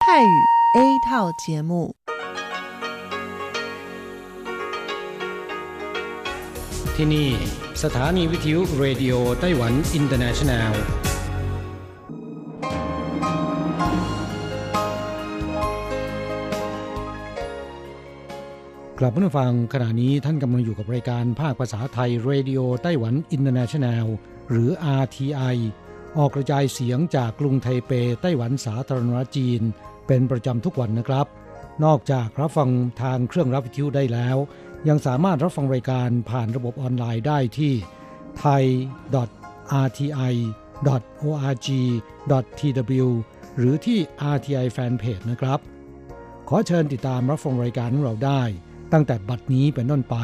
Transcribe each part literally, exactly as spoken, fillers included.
泰语 A 套节目。 ที่นี่สถานีวิทยุเรดิโอไต้หวันอินเตอร์เนชั่นแนลกลับมาฟังขณะนี้ท่านกำลังอยู่กับรายการภาคภาษาไทยเรดิโอไต้หวันอินเตอร์เนชั่นแนลหรือ อาร์ ที ไอ ออกกระจายเสียงจากกรุงไทเปไต้หวันสาธารณรัฐจีนเป็นประจำทุกวันนะครับนอกจากรับฟังทางเครื่องรับวิทยุได้แล้วยังสามารถรับฟังรายการผ่านระบบออนไลน์ได้ที่ ไทย ดอท อาร์ ที ไอ ดอท โอ อาร์ จี ดอท ที ดับเบิลยู หรือที่ อาร์ ที ไอ Fanpage นะครับขอเชิญติดตามรับฟังรายการของเราได้ตั้งแต่บัดนี้เป็นต้นไป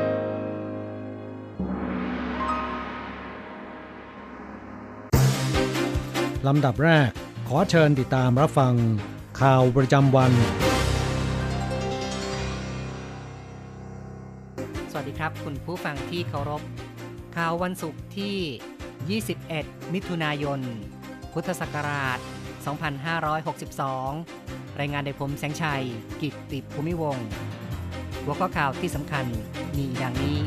ลำดับแรกขอเชิญติดตามรับฟังข่าวประจำวันสวัสดีครับคุณผู้ฟังที่เคารพข่าววันศุกร์ที่ยี่สิบเอ็ดมิถุนายนพุทธศักราชสองพันห้าร้อยหกสิบสองรายงานโดยผมแสงชัยกิตติภูมิวงศ์หัวข้อข่าวที่สำคัญมีดังนี้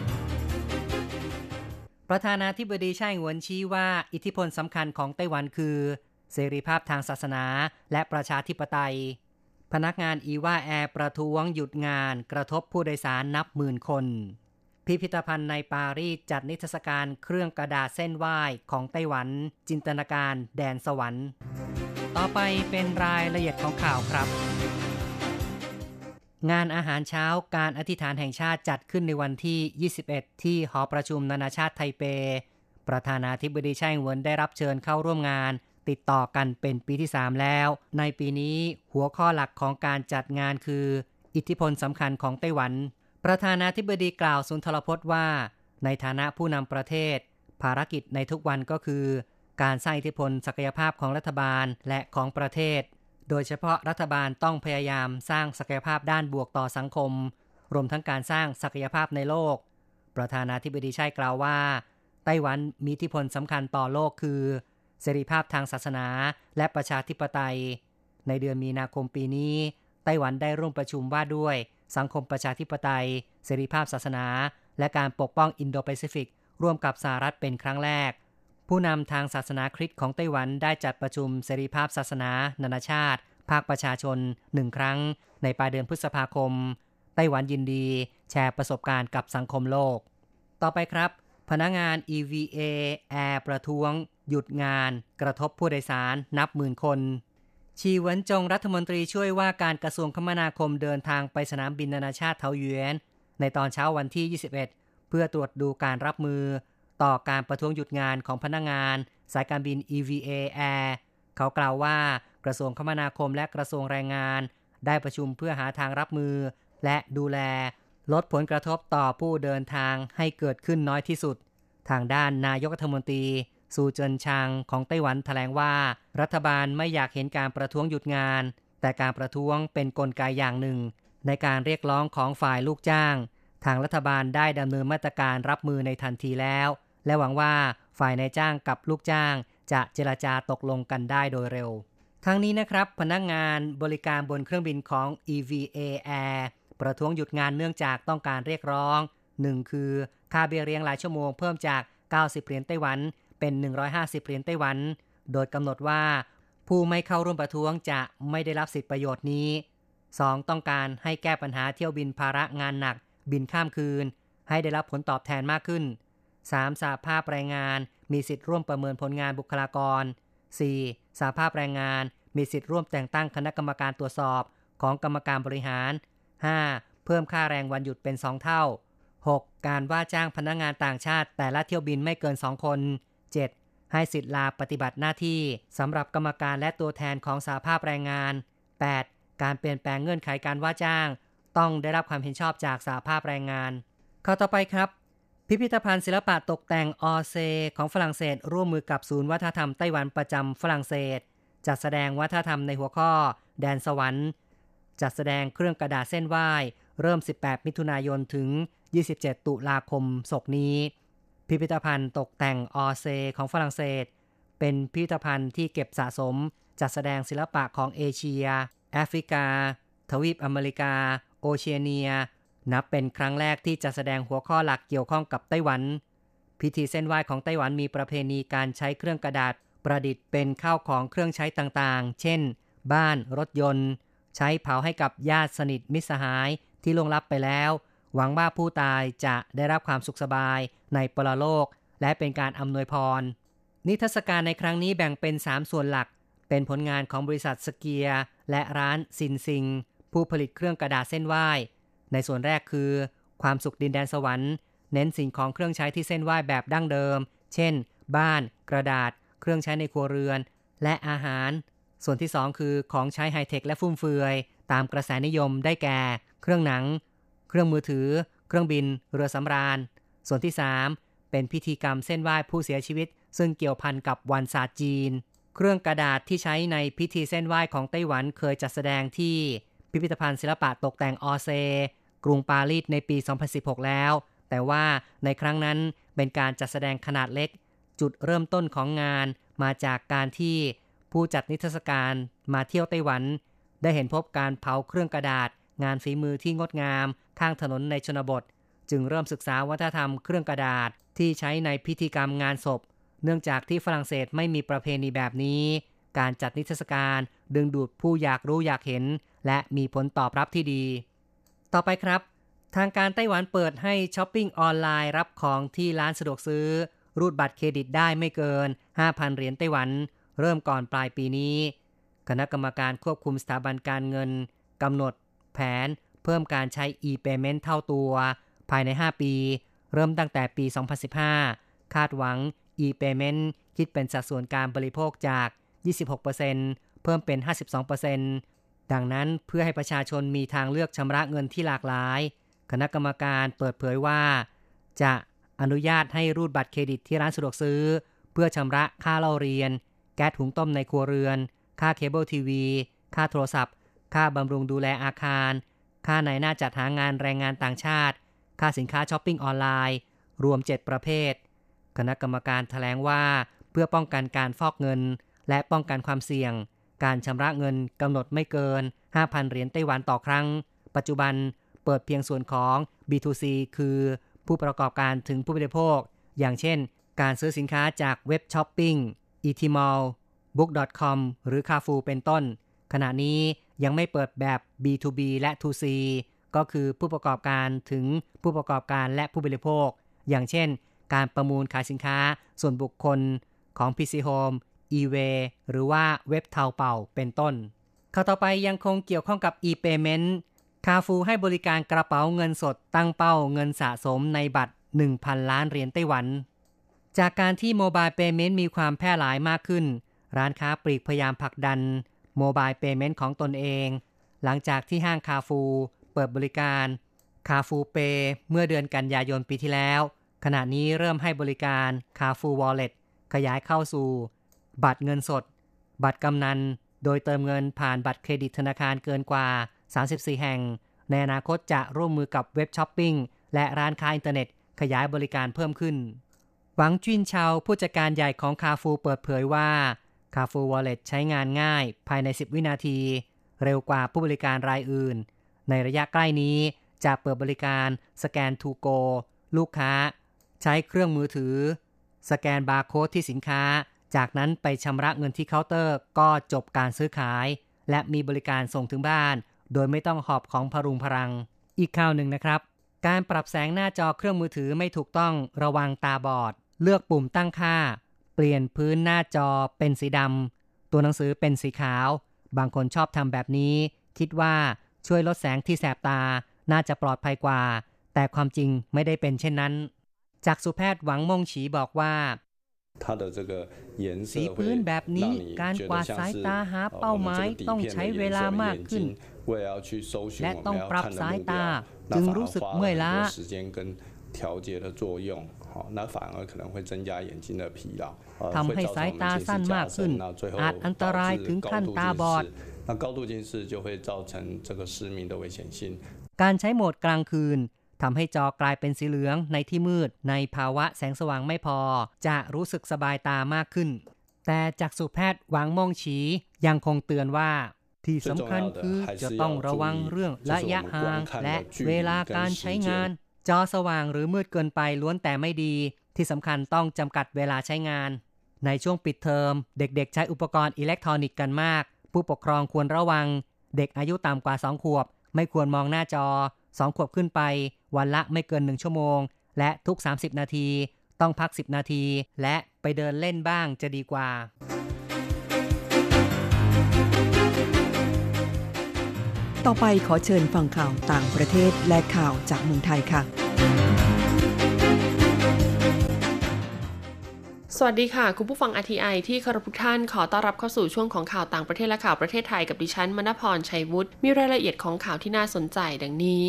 ประธานาธิบดีไช่อิงเหวินชี้ว่าอิทธิพลสำคัญของไต้หวันคือเสรีภาพทางศาสนาและประชาธิปไตยพนักงานอีว่าแอร์ประท้วงหยุดงานกระทบผู้โดยสารนับหมื่นคนพิพิธภัณฑ์ในปารีสจัดนิทรรศการเครื่องกระดาษเส้นไหว้ของไต้หวันจินตนาการแดนสวรรค์ต่อไปเป็นรายละเอียดของข่าวครับงานอาหารเช้าการอธิษฐานแห่งชาติจัดขึ้นในวันที่ยี่สิบเอ็ดที่หอประชุมนานาชาติไทเปประธานาธิบดีไช่อิงเหวินได้รับเชิญเข้าร่วมงานติดต่อกันเป็นปีที่สามแล้วในปีนี้หัวข้อหลักของการจัดงานคืออิทธิพลสำคัญของไต้หวันประธานาธิบดีกล่าวสุนทรพจน์ว่าในฐานะผู้นำประเทศภารกิจในทุกวันก็คือการสร้างอิทธิพลศักยภาพของรัฐบาลและของประเทศโดยเฉพาะรัฐบาลต้องพยายามสร้างศักยภาพด้านบวกต่อสังคมรวมทั้งการสร้างศักยภาพในโลกประธานาธิบดีไช่กล่าวว่าไต้หวันมีอิทธิพลสำคัญต่อโลกคือเสรีภาพทางศาสนาและประชาธิปไตยในเดือนมีนาคมปีนี้ไต้หวันได้ร่วมประชุมว่าด้วยสังคมประชาธิปไตยเสรีภาพศาสนาและการปกป้องอินโดแปซิฟิกร่วมกับสหรัฐเป็นครั้งแรกผู้นำทางศาสนาคริสต์ของไต้หวันได้จัดประชุมเสรีภาพศาสนานานาชาติภาคประชาชนหนึ่งครั้งในปลายเดือนพฤษภาคมไต้หวันยินดีแชร์ประสบการณ์กับสังคมโลกต่อไปครับพนักงาน อี วี เอ Air ประท้วงหยุดงานกระทบผู้โดยสารนับหมื่นคนชีเหวินจงรัฐมนตรีช่วยว่าการกระทรวงคมนาคมเดินทางไปสนามบินนานาชาติเทาหยวนในตอนเช้าวันที่ยี่สิบเอ็ดเพื่อตรวจดูการรับมือต่อการประท้วงหยุดงานของพนักงานสายการบิน อี วี เอ Air เขากล่าวว่ากระทรวงคมนาคมและกระทรวงแรงงานได้ประชุมเพื่อหาทางรับมือและดูแลลดผลกระทบต่อผู้เดินทางให้เกิดขึ้นน้อยที่สุดทางด้านนายกรัฐมนตรีซูเจินชางของไต้หวันแถลงว่ารัฐบาลไม่อยากเห็นการประท้วงหยุดงานแต่การประท้วงเป็นกลไกอย่างหนึ่งในการเรียกร้องของฝ่ายลูกจ้างทางรัฐบาลได้ดำเนินมาตรการรับมือในทันทีแล้วและหวังว่าฝ่ายนายจ้างกับลูกจ้างจะเจรจาตกลงกันได้โดยเร็วทั้งนี้นะครับพนักงานบริการบนเครื่องบินของ อี วี เอ Air ประท้วงหยุดงานเนื่องจากต้องการเรียกร้องหนึ่งคือค่าเบี้ยเลี้ยงรายชั่วโมงเพิ่มจากเก้าสิบเหรียญไต้หวันเป็นหนึ่งร้อยห้าสิบเหรียญไต้หวันโดยกำหนดว่าผู้ไม่เข้าร่วมประท้วงจะไม่ได้รับสิทธิประโยชน์นี้สองต้องการให้แก้ปัญหาเที่ยวบินภาระงานหนักบินข้ามคืนให้ได้รับผลตอบแทนมากขึ้นสามสหภาพแรงงานมีสิทธิ์ร่วมประเมินผลงานบุคลากรสี่สหภาพแรงงานมีสิทธิ์ร่วมแต่งตั้งคณะกรรมการตรวจสอบของกรรมการบริหารห้าเพิ่มค่าแรงวันหยุดเป็นสองเท่าหกการว่าจ้างพนักงานต่างชาติแต่ละเที่ยวบินไม่เกินสองคนเจ็ดให้สิทธิ์ลาปฏิบัติหน้าที่สำหรับกรรมการและตัวแทนของสหภาพแรงงานแปดการเปลี่ยนแปลงเงื่อนไขการว่าจ้างต้องได้รับความเห็นชอบจากสหภาพแรงงานข้อต่อไปครับพิพิธภัณฑ์ศิลปะตกแต่งออเซของฝรั่งเศสร่วมมือกับศูนย์วัฒนธรรมไต้หวันประจำฝรั่งเศสจัดแสดงวัฒนธรรมในหัวข้อแดนสวรรค์จัดแสดงเครื่องกระดาษเส้นไหว้เริ่มสิบแปดมิถุนายนถึงยี่สิบเจ็ดตุลาคมศกนี้พิพิธภัณฑ์ตกแต่งออเซของฝรั่งเศสเป็นพิพิธภัณฑ์ที่เก็บสะสมจัดแสดงศิลปะของเอเชียแอฟริกาทวีปอเมริกาโอเชียเนียนับเป็นครั้งแรกที่จะแสดงหัวข้อหลักเกี่ยวข้องกับไต้หวันพิธีเส้นไหว้ของไต้หวันมีประเพณีการใช้เครื่องกระดาษประดิษฐ์เป็นข้าวของเครื่องใช้ต่างๆเช่นบ้านรถยนต์ใช้เผาให้กับญาติสนิทมิตรสหายที่ล่วงลับไปแล้วหวังว่าผู้ตายจะได้รับความสุขสบายในปรโลกและเป็นการอำนวยพรนิทรรศการในครั้งนี้แบ่งเป็นสามส่วนหลักเป็นผลงานของบริษัทสเกียร์และร้านซินซิงผู้ผลิตเครื่องกระดาษเส้นไหว้ในส่วนแรกคือความสุขดินแดนสวรรค์เน้นสิ่งของเครื่องใช้ที่เส้นไหว้แบบดั้งเดิมเช่นบ้านกระดาษเครื่องใช้ในครัวเรือนและอาหารส่วนที่สองคือของใช้ไฮเทคและฟุ่มเฟือยตามกระแสนิยมได้แก่เครื่องหนังเครื่องมือถือเครื่องบินเรือสำราญส่วนที่สามเป็นพิธีกรรมเส้นไหว้ผู้เสียชีวิตซึ่งเกี่ยวพันกับวันศาสตร์จีนเครื่องกระดาษที่ใช้ในพิธีเส้นไหว้ของไต้หวันเคยจัดแสดงที่พิพิธภัณฑ์ศิลปะตกแต่งออเซกรุงปารีสในปีสองพันสิบหกแล้วแต่ว่าในครั้งนั้นเป็นการจัดแสดงขนาดเล็กจุดเริ่มต้นของงานมาจากการที่ผู้จัดนิทรรศการมาเที่ยวไต้หวันได้เห็นพบการเผาเครื่องกระดาษงานฝีมือที่งดงามข้างถนนในชนบทจึงเริ่มศึกษาวัฒนธรรมเครื่องกระดาษที่ใช้ในพิธีกรรมงานศพเนื่องจากที่ฝรั่งเศสไม่มีประเพณีแบบนี้การจัดนิทรรศการดึงดูดผู้อยากรู้อยากเห็นและมีผลตอบรับที่ดีต่อไปครับทางการไต้หวันเปิดให้ช้อปปิ้งออนไลน์รับของที่ร้านสะดวกซื้อรูดบัตรเครดิตได้ไม่เกิน ห้าพัน เหรียญไต้หวันเริ่มก่อนปลายปีนี้คณะกรรมการควบคุมสถาบันการเงินกำหนดแผนเพิ่มการใช้ e-payment เท่าตัวภายในห้าปีเริ่มตั้งแต่ปี สองพันสิบห้า คาดหวัง e-payment คิดเป็นสัดส่วนการบริโภคจาก ยี่สิบหกเปอร์เซ็นต์ เพิ่มเป็น ห้าสิบสองเปอร์เซ็นต์ ดังนั้นเพื่อให้ประชาชนมีทางเลือกชำระเงินที่หลากหลายคณะกรรมการเปิดเผยว่าจะอนุญาตให้รูดบัตรเครดิตที่ร้านสะดวกซื้อเพื่อชำระค่าเล่าเรียนแก๊สหุงต้มในครัวเรือนค่าเคเบิลทีวีค่าโทรศัพท์ค่าบำรุงดูแลอาคารค่าในหน้าจัดหางานแรงงานต่างชาติค่าสินค้าช้อปปิ้งออนไลน์รวมเจ็ดประเภทคณะกรรมการแถลงว่าเพื่อป้องกันการฟอกเงินและป้องกันความเสี่ยงการชำระเงินกำหนดไม่เกิน ห้าพัน เหรียญไต้หวันต่อครั้งปัจจุบันเปิดเพียงส่วนของ บี ทู ซี คือผู้ประกอบการถึงผู้บริโภคอย่างเช่นการซื้อสินค้าจากเว็บช้อปปิ้ง e-tmallบุ๊ก ดอท คอม หรือ Carrefour เป็นต้นขณะนี้ยังไม่เปิดแบบ บี ทู บี และ ทู ซี ก็คือผู้ประกอบการถึงผู้ประกอบการและผู้บริโภคอย่างเช่นการประมูลขายสินค้าส่วนบุคคลของ พี ซี Home eWay หรือว่าเว็บเทาเป่าเป็นต้นข่าวต่อไปยังคงเกี่ยวข้องกับ e-payment Carrefour ให้บริการกระเป๋าเงินสดตั้งเป้าเงินสะสมในบัตร หนึ่งพัน ล้านเหรียญไต้หวันจากการที่โมบายเพย์เมนต์มีความแพร่หลายมากขึ้นร้านค้าปลีกพยายามผลักดันโมบายเพย์เมนต์ของตนเองหลังจากที่ห้าง Carrefour เปิดบริการ Carrefour Pay เมื่อเดือนกันยายนปีที่แล้วขณะนี้เริ่มให้บริการ Carrefour Wallet ขยายเข้าสู่บัตรเงินสดบัตรกำนันโดยเติมเงินผ่านบัตรเครดิตธนาคารเกินกว่าสามสิบสี่แห่งในอนาคตจะร่วมมือกับเว็บช้อปปิ้งและร้านค้าอินเทอร์เน็ตขยายบริการเพิ่มขึ้นหวังจุนเชาผู้จัดการใหญ่ของ Carrefour เปิดเผยว่า Carrefour Wallet ใช้งานง่ายภายในสิบวินาทีเร็วกว่าผู้บริการรายอื่นในระยะใกล้นี้จะเปิดบริการสแกน To Go ลูกค้าใช้เครื่องมือถือสแกนบาร์โค้ดที่สินค้าจากนั้นไปชำระเงินที่เคาน์เตอร์ก็จบการซื้อขายและมีบริการส่งถึงบ้านโดยไม่ต้องหอบของพรุงพรังอีกข่าวหนึ่งนะครับการปรับแสงหน้าจอเครื่องมือถือไม่ถูกต้องระวังตาบอดเลือกปุ่มตั้งค่าเปลี่ยนพื้นหน้าจอเป็นสีดำตัวหนังสือเป็นสีขาวบางคนชอบทำแบบนี้คิดว่าช่วยลดแสงที่แสบตาน่าจะปลอดภัยกว่าแต่ความจริงไม่ได้เป็นเช่นนั้นจักษุแพทย์หวังมงฉีบอกว่าสีพื้นแบบนี้การกวาดสายตาหาเป้าหมายต้องใช้เวลามากขึ้นและต้องปรับสายตาจึงรู้สึกเมื่อยล้าทำให้สายตาสั้นมากขึ้นอาจอันตรายถึงขั้นตาบอดการใช้โหมดกลางคืนทำให้จอกลายเป็นสีเหลืองในที่มืดในภาวะแสงสว่างไม่พอจะรู้สึกสบายตามากขึ้นแต่จักษุแพทย์หวังม่งฉียังคงเตือนว่าที่สำคัญคือจะต้องระวังเรื่องระยะห่างและเวลาการใช้งานจอสว่างหรือมืดเกินไปล้วนแต่ไม่ดีที่สำคัญต้องจำกัดเวลาใช้งานในช่วงปิดเทอมเด็กๆใช้อุปกรณ์อิเล็กทรอนิกส์กันมากผู้ปกครองควรระวังเด็กอายุต่ำกว่าสองขวบไม่ควรมองหน้าจอสองขวบขึ้นไปวันละไม่เกินหนึ่งชั่วโมงและทุกสามสิบนาทีต้องพักสิบนาทีและไปเดินเล่นบ้างจะดีกว่าต่อไปขอเชิญฟังข่าวต่างประเทศและข่าวจากเมืองไทยค่ะสวัสดีค่ะคุณผู้ฟัง อาร์ ที ไอ ที่เคารพทุกท่านขอต้อนรับเข้าสู่ช่วงของข่าวต่างประเทศและข่าวประเทศไทยกับดิฉันมณพรชัยวุฒิมีรายละเอียดของข่าวที่น่าสนใจดังนี้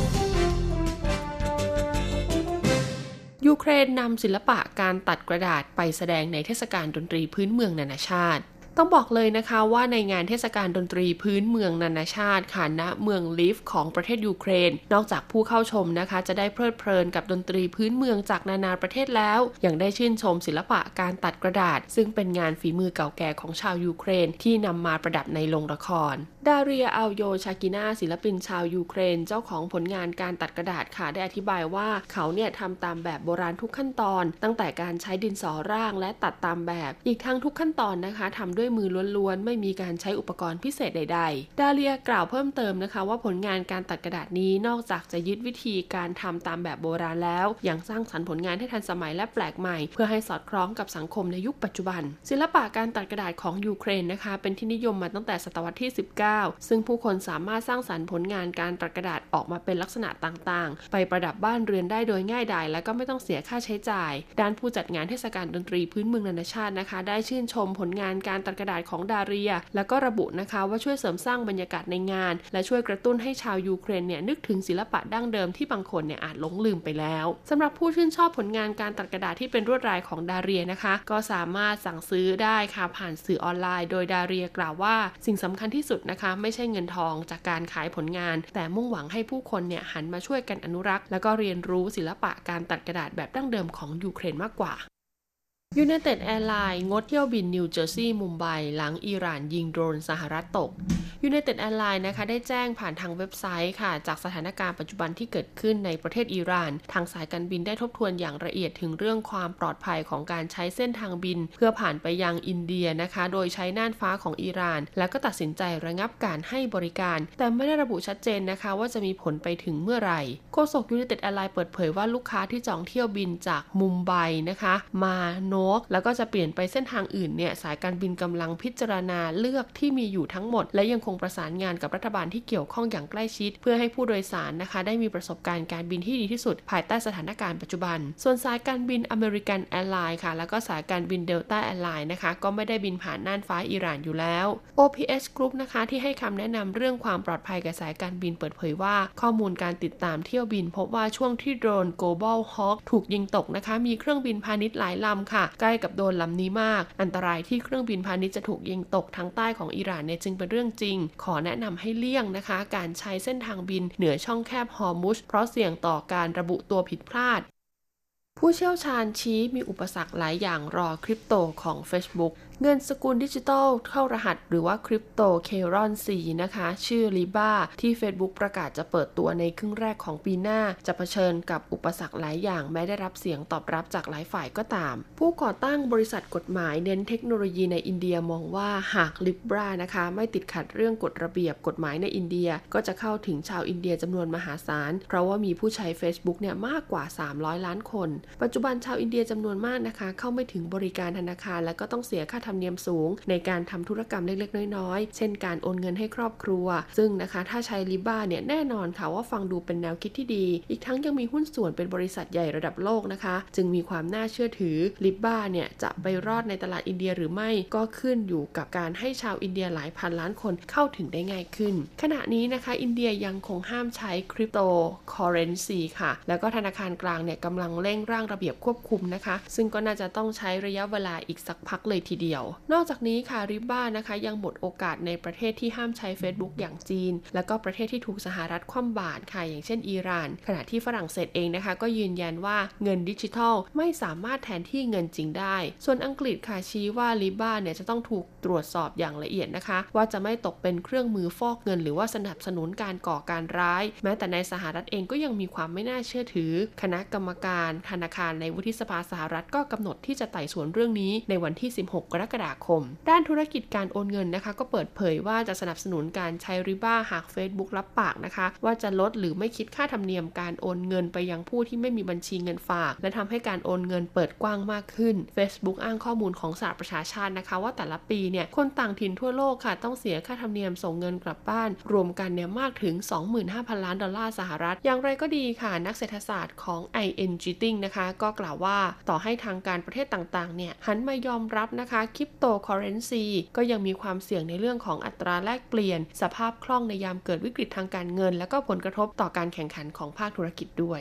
ยูเครนนำศิลปะการตัดกระดาษไปแสดงในเทศกาลดนตรีพื้นเมืองนานาชาติต้องบอกเลยนะคะว่าในงานเทศกาลดนตรีพื้นเมืองนานาชาติค่ะณเมืองลิฟของประเทศยูเครนนอกจากผู้เข้าชมนะคะจะได้เพลิดเพลินกับดนตรีพื้นเมืองจากนานาประเทศแล้วยังได้ชื่นชมศิลปะการตัดกระดาษซึ่งเป็นงานฝีมือเก่าแก่ของชาวยูเครนที่นำมาประดับในโรงละครดาเรียอัลโยชากินาศิลปินชาวยูเครนเจ้าของผลงานการตัดกระดาษค่ะได้อธิบายว่าเขาเนี่ยทำตามแบบโบราณทุกขั้นตอนตั้งแต่การใช้ดินสอร่างและตัดตามแบบอีกทั้งทุกขั้นตอนนะคะทำด้วยมือล้วนๆไม่มีการใช้อุปกรณ์พิเศษใดๆดาเรียกล่าวเพิ่มเติมนะคะว่าผลงานการตัดกระดาษนี้นอกจากจะยึดวิธีการทำตามแบบโบราณแล้วยังสร้างสรรค์ผลงานให้ทันสมัยและแปลกใหม่เพื่อให้สอดคล้องกับสังคมในยุคปัจจุบันศิลปะการตัดกระดาษของยูเครนนะคะเป็นที่นิยมมาตั้งแต่ศตวรรษที่สิบเก้าซึ่งผู้คนสามารถสร้างสรรค์ผลงานการตัดกระดาษออกมาเป็นลักษณะต่างๆไปประดับบ้านเรือนได้โดยง่ายดายและก็ไม่ต้องเสียค่าใช้จ่ายด้านผู้จัดงานเทศกาลดนตรีพื้นเมืองนานาชาตินะคะได้ชื่นชมผลงานการตัดกระดาษของดาเรียและก็ระบุนะคะว่าช่วยเสริมสร้างบรรยากาศในงานและช่วยกระตุ้นให้ชาวยูเครนเนี่ยนึกถึงศิลปะดั้งเดิมที่บางคนเนี่ยอาจหลงลืมไปแล้วสำหรับผู้ชื่นชอบผลงานการตัดกระดาษที่เป็นลวดลายของดาเรียนะคะก็สามารถสั่งซื้อได้ค่ะผ่านสื่อออนไลน์โดยดาเรียกล่าวว่าสิ่งสำคัญที่สุดนะคะไม่ใช่เงินทองจากการขายผลงานแต่มุ่งหวังให้ผู้คนเนี่ยหันมาช่วยกันอนุรักษ์และก็เรียนรู้ศิลปะการตัดกระดาษแบบดั้งเดิมของยูเครนมากกว่าUnited Airlines งดเที่ยวบินนิวเจอร์ซีย์มุมไบหลังอิหร่านยิงโดรนสหรัฐตก United Airlines นะคะได้แจ้งผ่านทางเว็บไซต์ค่ะจากสถานการณ์ปัจจุบันที่เกิดขึ้นในประเทศอิหร่านทางสายการบินได้ทบทวนอย่างละเอียดถึงเรื่องความปลอดภัยของการใช้เส้นทางบินเพื่อผ่านไปยังอินเดียนะคะโดยใช้น่านฟ้าของอิหร่านแล้วก็ตัดสินใจระงับการให้บริการแต่ไม่ได้ระบุชัดเจนนะคะว่าจะมีผลไปถึงเมื่อไหร่โฆษก United Airlines เปิดเผยว่าลูกค้าที่จองเที่ยวบินจากมุมไบนะคะมาโนกแล้วก็จะเปลี่ยนไปเส้นทางอื่นเนี่ยสายการบินกำลังพิจารณาเลือกที่มีอยู่ทั้งหมดและยังคงประสานงานกับรัฐบาลที่เกี่ยวข้องอย่างใกล้ชิดเพื่อให้ผู้โดยสารนะคะได้มีประสบการณ์การบินที่ดีที่สุดภายใต้สถานการณ์ปัจจุบันส่วนสายการบินอเมริกันแอร์ไลน์ค่ะแล้วก็สายการบินเดลต้าแอร์ไลน์นะคะก็ไม่ได้บินผ่านน่านฟ้าอิหร่านอยู่แล้ว โอ พี เอส Group นะคะที่ให้คำแนะนำเรื่องความปลอดภัยกับสายการบินเปิดเผยว่าข้อมูลการติดตามเที่ยวบินพบว่าช่วงที่โดรน Global Hawk ถูกยิงตกนะคะมีเครื่องบินพาณิชย์หลายลำค่ะใกล้กับโดรนลำนี้มากอันตรายที่เครื่องบินพาณิชย์จะถูกยิงตกทางใต้ของอิหร่านเนี่ยจึงเป็นเรื่องจริงขอแนะนำให้เลี่ยงนะคะการใช้เส้นทางบินเหนือช่องแคบฮอร์มุซเพราะเสี่ยงต่อการระบุตัวผิดพลาดผู้เชี่ยวชาญชี้มีอุปสรรคหลายอย่างรอคริปโตของ Facebook เงินสกุลดิจิทัลเข้ารหัสหรือว่าคริปโตเครอนซีนะคะชื่อ Libra ที่ Facebook ประกาศจะเปิดตัวในครึ่งแรกของปีหน้าจะเผชิญกับอุปสรรคหลายอย่างแม้ได้รับเสียงตอบรับจากหลายฝ่ายก็ตามผู้ก่อตั้งบริษัทกฎหมายเน้นเทคโนโลยีในอินเดียมองว่าหาก Libra นะคะไม่ติดขัดเรื่องกฎระเบียบกฎหมายในอินเดียก็จะเข้าถึงชาวอินเดียจำนวนมหาศาลเพราะว่ามีผู้ใช้ Facebook เนี่ยมากกว่าสามร้อยล้านคนปัจจุบันชาวอินเดียจำนวนมากนะคะเข้าไม่ถึงบริการธนาคารและก็ต้องเสียค่าธรรมเนียมสูงในการทำธุรกรรมเล็กๆน้อยๆเช่นการโอนเงินให้ครอบครัวซึ่งนะคะถ้าใช้ Libra เนี่ยแน่นอนค่ะว่าฟังดูเป็นแนวคิดที่ดีอีกทั้งยังมีหุ้นส่วนเป็นบริษัทใหญ่ระดับโลกนะคะจึงมีความน่าเชื่อถือ Libra เนี่ยจะไปรอดในตลาดอินเดียหรือไม่ก็ขึ้นอยู่กับการให้ชาวอินเดียหลายพันล้านคนเข้าถึงได้ง่ายขึ้นขณะนี้นะคะอินเดียยังคงห้ามใช้คริปโตเคอเรนซีค่ะแล้วก็ธนาคารกลางเนี่ยกำลังเร่งร่างระเบียบควบคุมนะคะซึ่งก็น่าจะต้องใช้ระยะเวลาอีกสักพักเลยทีเดียวดียวนอกจากนี้ค่ะริบ้านะคะยังหมดโอกาสในประเทศที่ห้ามใช้ Facebook อย่างจีนและก็ประเทศที่ถูกสหรัฐคว่ำบาตรค่ะอย่างเช่นอิหร่านขณะที่ฝรั่งเศสเองนะคะก็ยืนยันว่าเงินดิจิทัลไม่สามารถแทนที่เงินจริงได้ส่วนอังกฤษค่ะชี้ว่าริบ้าเนี่ยจะต้องถูกตรวจสอบอย่างละเอียดนะคะว่าจะไม่ตกเป็นเครื่องมือฟอกเงินหรือว่าสนับสนุนการก่อการร้ายแม้แต่ในสหรัฐเองก็ยังมีความไม่น่าเชื่อถือคณะกรรมการธนาคารในวุฒิสภาสหรัฐก็กำหนดที่จะไต่สวนเรื่องนี้ในวันที่สิบหกกรกฎาคมด้านธุรกิจการโอนเงินนะคะก็เปิดเผยว่าจะสนับสนุนการใช้ริบ้าหาก Facebook รับปากนะคะว่าจะลดหรือไม่คิดค่าธรรมเนียมการโอนเงินไปยังผู้ที่ไม่มีบัญชีเงินฝากและทำให้การโอนเงินเปิดกว้างมากขึ้น Facebook อ้างข้อมูลของสหประชาชาตินะคะว่าแต่ละปีเนี่ยคนต่างถิ่นทั่วโลกค่ะต้องเสียค่าธรรมเนียมส่งเงินกลับบ้านรวมกันเนี่ยมากถึง สองหมื่นห้าพัน ล้านดอลลาร์สหรัฐอย่างไรก็ดีค่ะนักเศรษฐศาสตร์ของ ไอ เอ็น Giting นะคะก็กล่าวว่าต่อให้ทางการประเทศต่างๆเนี่ยหันมายอมรับนะคะคริปโตเคอเรนซีก็ยังมีความเสี่ยงในเรื่องของอัตราแลกเปลี่ยนสภาพคล่องในยามเกิดวิกฤตทางการเงินและก็ผลกระทบต่อการแข่งขันของภาคธุรกิจด้วย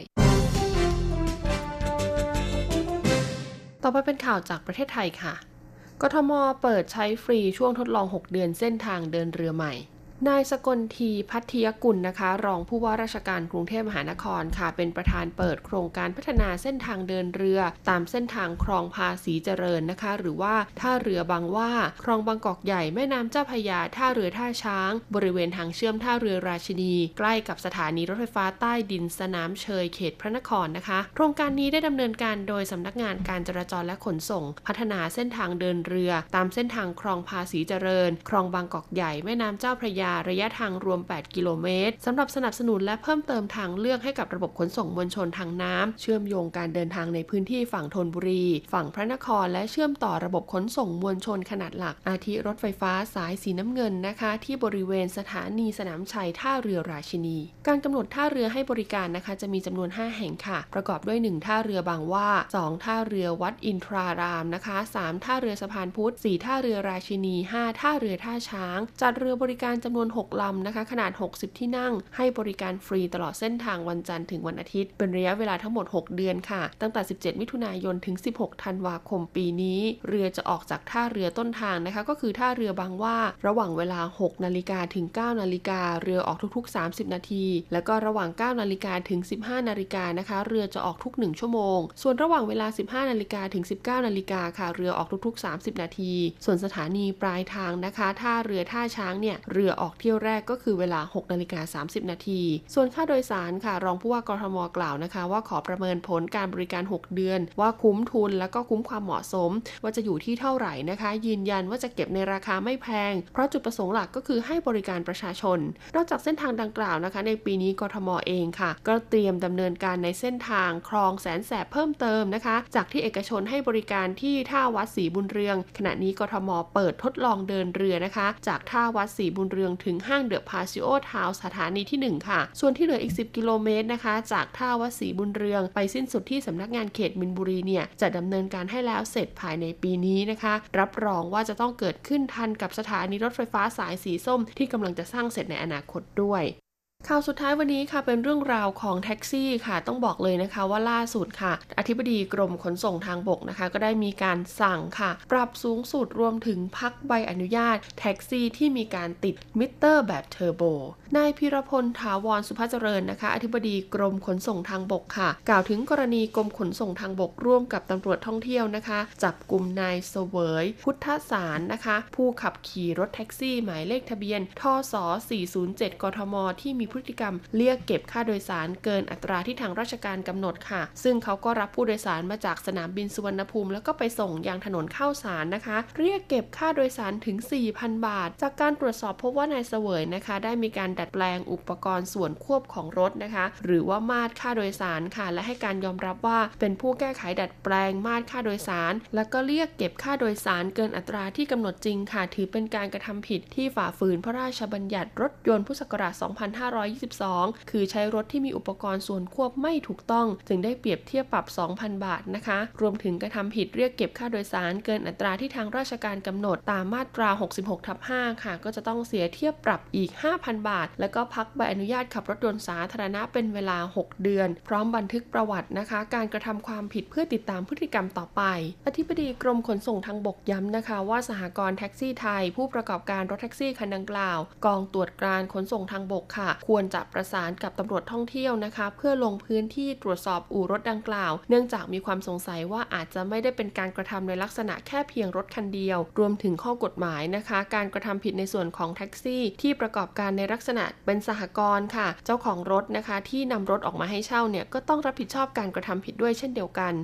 ต่อไปเป็นข่าวจากประเทศไทยค่ะกทม.เปิดใช้ฟรีช่วงทดลองหกเดือนเส้นทางเดินเรือใหม่นายสกลทีพัทยกุลนะคะรองผู้ว่าราชการกรุงเทพมหานครค่ะเป็นประธานเปิดโครงการพัฒนาเส้นทางเดินเรือตามเส้นทางคลองภาษีเจริญนะคะหรือว่าท่าเรือบางหว่าคลองบางกอกใหญ่แม่น้ำเจ้าพระยาท่าเรือท่าช้างบริเวณทางเชื่อมท่าเรือราชินีใกล้กับสถานีรถไฟฟ้าใต้ดินสนามเชยเขตพระนครนะคะโครงการนี้ได้ดำเนินการโดยสำนักงานการจราจรและขนส่งพัฒนาเส้นทางเดินเรือตามเส้นทางคลองภาษีเจริญคลองบางกอกใหญ่แม่น้ำเจ้าพระยาระยะทางรวมแปดกิโลเมตรสำหรับสนับสนุนและเพิ่มเติมทางเลือกให้กับระบบขนส่งมวลชนทางน้ำเชื่อมโยงการเดินทางในพื้นที่ฝั่งธนบุรีฝั่งพระนครและเชื่อมต่อระบบขนส่งมวลชนขนาดหลักอาทิรถไฟฟ้าสายสีน้ำเงินนะคะที่บริเวณสถานีสนามชัยท่าเรือราชินีการกำหนดท่าเรือให้บริการนะคะจะมีจำนวนห้าแห่งค่ะประกอบด้วยหนึ่งท่าเรือบางหว่าสองท่าเรือวัดอินทรารามนะคะสามท่าเรือสะพานพุทธสี่ท่าเรือราชินีห้าท่าเรือท่าช้างจัดเรือบริการจำนวนหกลำนะคะขนาดหกสิบที่นั่งให้บริการฟรีตลอดเส้นทางวันจันทร์ถึงวันอาทิตย์เป็นระยะเวลาทั้งหมดหกเดือนค่ะตั้งแต่สิบเจ็ดมิถุนายนถึงสิบหกธันวาคมปีนี้เรือจะออกจากท่าเรือต้นทางนะคะก็คือท่าเรือบางหว่าระหว่างเวลา หกนาฬิกาถึงเก้านาฬิกาเรือออกทุกๆสามสิบนาทีแล้วก็ระหว่างเก้านาฬิกาถึงสิบห้านาฬิกานะคะเรือจะออกทุกหนึ่งชั่วโมงส่วนระหว่างเวลาสิบห้านาฬิกาถึงสิบเก้านาฬิกาค่ะเรือออกทุกๆสามสิบนาทีส่วนสถานีปลายทางนะคะท่าเรือท่าช้างเนี่ยเรือออกเที่ยวแรกก็คือเวลา หกนาฬิกาสามสิบนาทีส่วนค่าโดยสารค่ะรองผู้ว่ากทม.กล่าวนะคะว่าขอประเมินผลการบริการหกเดือนว่าคุ้มทุนและก็คุ้มความเหมาะสมว่าจะอยู่ที่เท่าไหร่นะคะยืนยันว่าจะเก็บในราคาไม่แพงเพราะจุดประสงค์หลักก็คือให้บริการประชาชนนอกจากเส้นทางดังกล่าวนะคะในปีนี้กทม.เองค่ะก็เตรียมดำเนินการในเส้นทางคลองแสนแสบเพิ่มเติมนะคะจากที่เอกชนให้บริการที่ท่าวัดศรีบุญเรืองขณะนี้กทม.เปิดทดลองเดินเรือนะคะจากท่าวัดศรีบุญเรืองถึงห้างเดอะพาซิโอทาวน์สถานีที่หนึ่งค่ะส่วนที่เหลืออีกสิบกิโลเมตรนะคะจากท่าวัดศรีบุญเรืองไปสิ้นสุดที่สำนักงานเขตมินบุรีเนี่ยจะดำเนินการให้แล้วเสร็จภายในปีนี้นะคะรับรองว่าจะต้องเกิดขึ้นทันกับสถานีรถไฟฟ้าสายสีส้มที่กำลังจะสร้างเสร็จในอนาคตด้วยข่าวสุดท้ายวันนี้ค่ะเป็นเรื่องราวของแท็กซี่ค่ะต้องบอกเลยนะคะว่าล่าสุดค่ะอธิบดีกรมขนส่งทางบกนะคะก็ได้มีการสั่งค่ะปรับสูงสุดรวมถึงพักใบอนุญาตแท็กซี่ที่มีการติดมิเตอร์แบบเทอร์โบนายพีรพลถาวรสุภาเจริญนะคะอธิบดีกรมขนส่งทางบกค่ะกล่าวถึงกรณีกรมขนส่งทางบกร่วมกับตำรวจท่องเที่ยวนะคะจับกุมนายเสวยพุทธสารนะคะผู้ขับขี่รถแท็กซี่หมายเลขทะเบียนทศสี่ศูนย์เจ็ดกทมที่มีพฤติกรรมเรียกเก็บค่าโดยสารเกินอัตราที่ทางราชการกำหนดค่ะซึ่งเขาก็รับผู้โดยสารมาจากสนามบินสุวรรณภูมิแล้วก็ไปส่งยังถนนข้าวสารนะคะเรียกเก็บค่าโดยสารถึง สี่พัน บาทจากการตรวจสอบพบว่านายเสวยนะคะได้มีการดัดแปลงอุปกรณ์ส่วนควบของรถนะคะหรือว่ามาตรค่าโดยสารค่ะและให้การยอมรับว่าเป็นผู้แก้ไขดัดแปลงมาตรค่าโดยสารแล้วก็เรียกเก็บค่าโดยสารเกินอัตราที่กำหนดจริงค่ะถือเป็นการกระทำผิดที่ฝ่าฝืนพระราชบัญญัติรถยนต์พุทธศักราชสองพันห้าร้อยอยยี่สิบสองคือใช้รถที่มีอุปกรณ์ส่วนควบไม่ถูกต้องจึงได้เปรียบเทียบปรับ สองพัน บาทนะคะรวมถึงกระทำผิดเรียกเก็บค่าโดยสารเกินอัตราที่ทางราชการกำหนดตามมาตรา หกสิบหกทับห้า ค่ะก็จะต้องเสียเทียบปรับอีก ห้าพัน บาทแล้วก็พักใบอนุญาตขับรถยนต์สาธารณะเป็นเวลาหกเดือนพร้อมบันทึกประวัตินะคะการกระทำความผิดเพื่อติดตามพฤติกรรมต่อไปอธิบดีกรมขนส่งทางบกย้ำนะคะว่าสหกรณ์แท็กซี่ไทยผู้ประกอบการรถแท็กซี่คันดังกล่าวกองตรวจการขนส่งทางบกค่ะควรจะประสานกับตำรวจท่องเที่ยวนะคะเพื่อลงพื้นที่ตรวจสอบอู่รถดังกล่าวเนื่องจากมีความสงสัยว่าอาจจะไม่ได้เป็นการกระทำในลักษณะแค่เพียงรถคันเดียวรวมถึงข้อกฎหมายนะคะการกระทำผิดในส่วนของแท็กซี่ที่ประกอบการในลักษณะเป็นสหกรณ์ค่ะเจ้าของรถนะคะที่นำรถออกมาให้เช่าเนี่ยก็ต้องรับผิดชอบการกระทำผิดด้วยเช่นเดียวกัน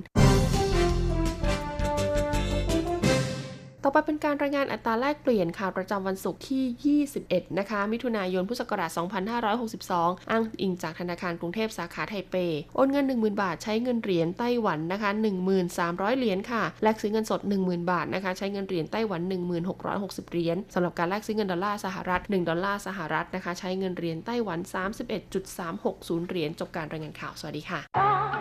ต่อไปเป็นการรายงานอัตราแลกเปลี่ยนค่ะประจำวันศุกร์ที่ยี่สิบเอ็ดนะคะมิถุนายนพุทธศักราชสองพันห้าร้อยหกสิบสองอ้างอิงจากธนาคารกรุงเทพสาขาไทเปโอนเงิน หนึ่งหมื่น บาทใช้เงินเหรียญไต้หวันนะคะ หนึ่งพันสามร้อย เหรียญค่ะแลกซื้อเงินสด หนึ่งหมื่น บาทนะคะใช้เงินเหรียญไต้หวัน หนึ่งพันหกร้อยหกสิบ เหรียญสำหรับการแลกซื้อเงินดอลลาร์สหรัฐหนึ่งดอลลาร์สหรัฐนะคะใช้เงินเหรียญไต้หวัน สามสิบเอ็ดจุดสามหกศูนย์ เหรียญจบการรายงานข่าวสวัสดีค่ะ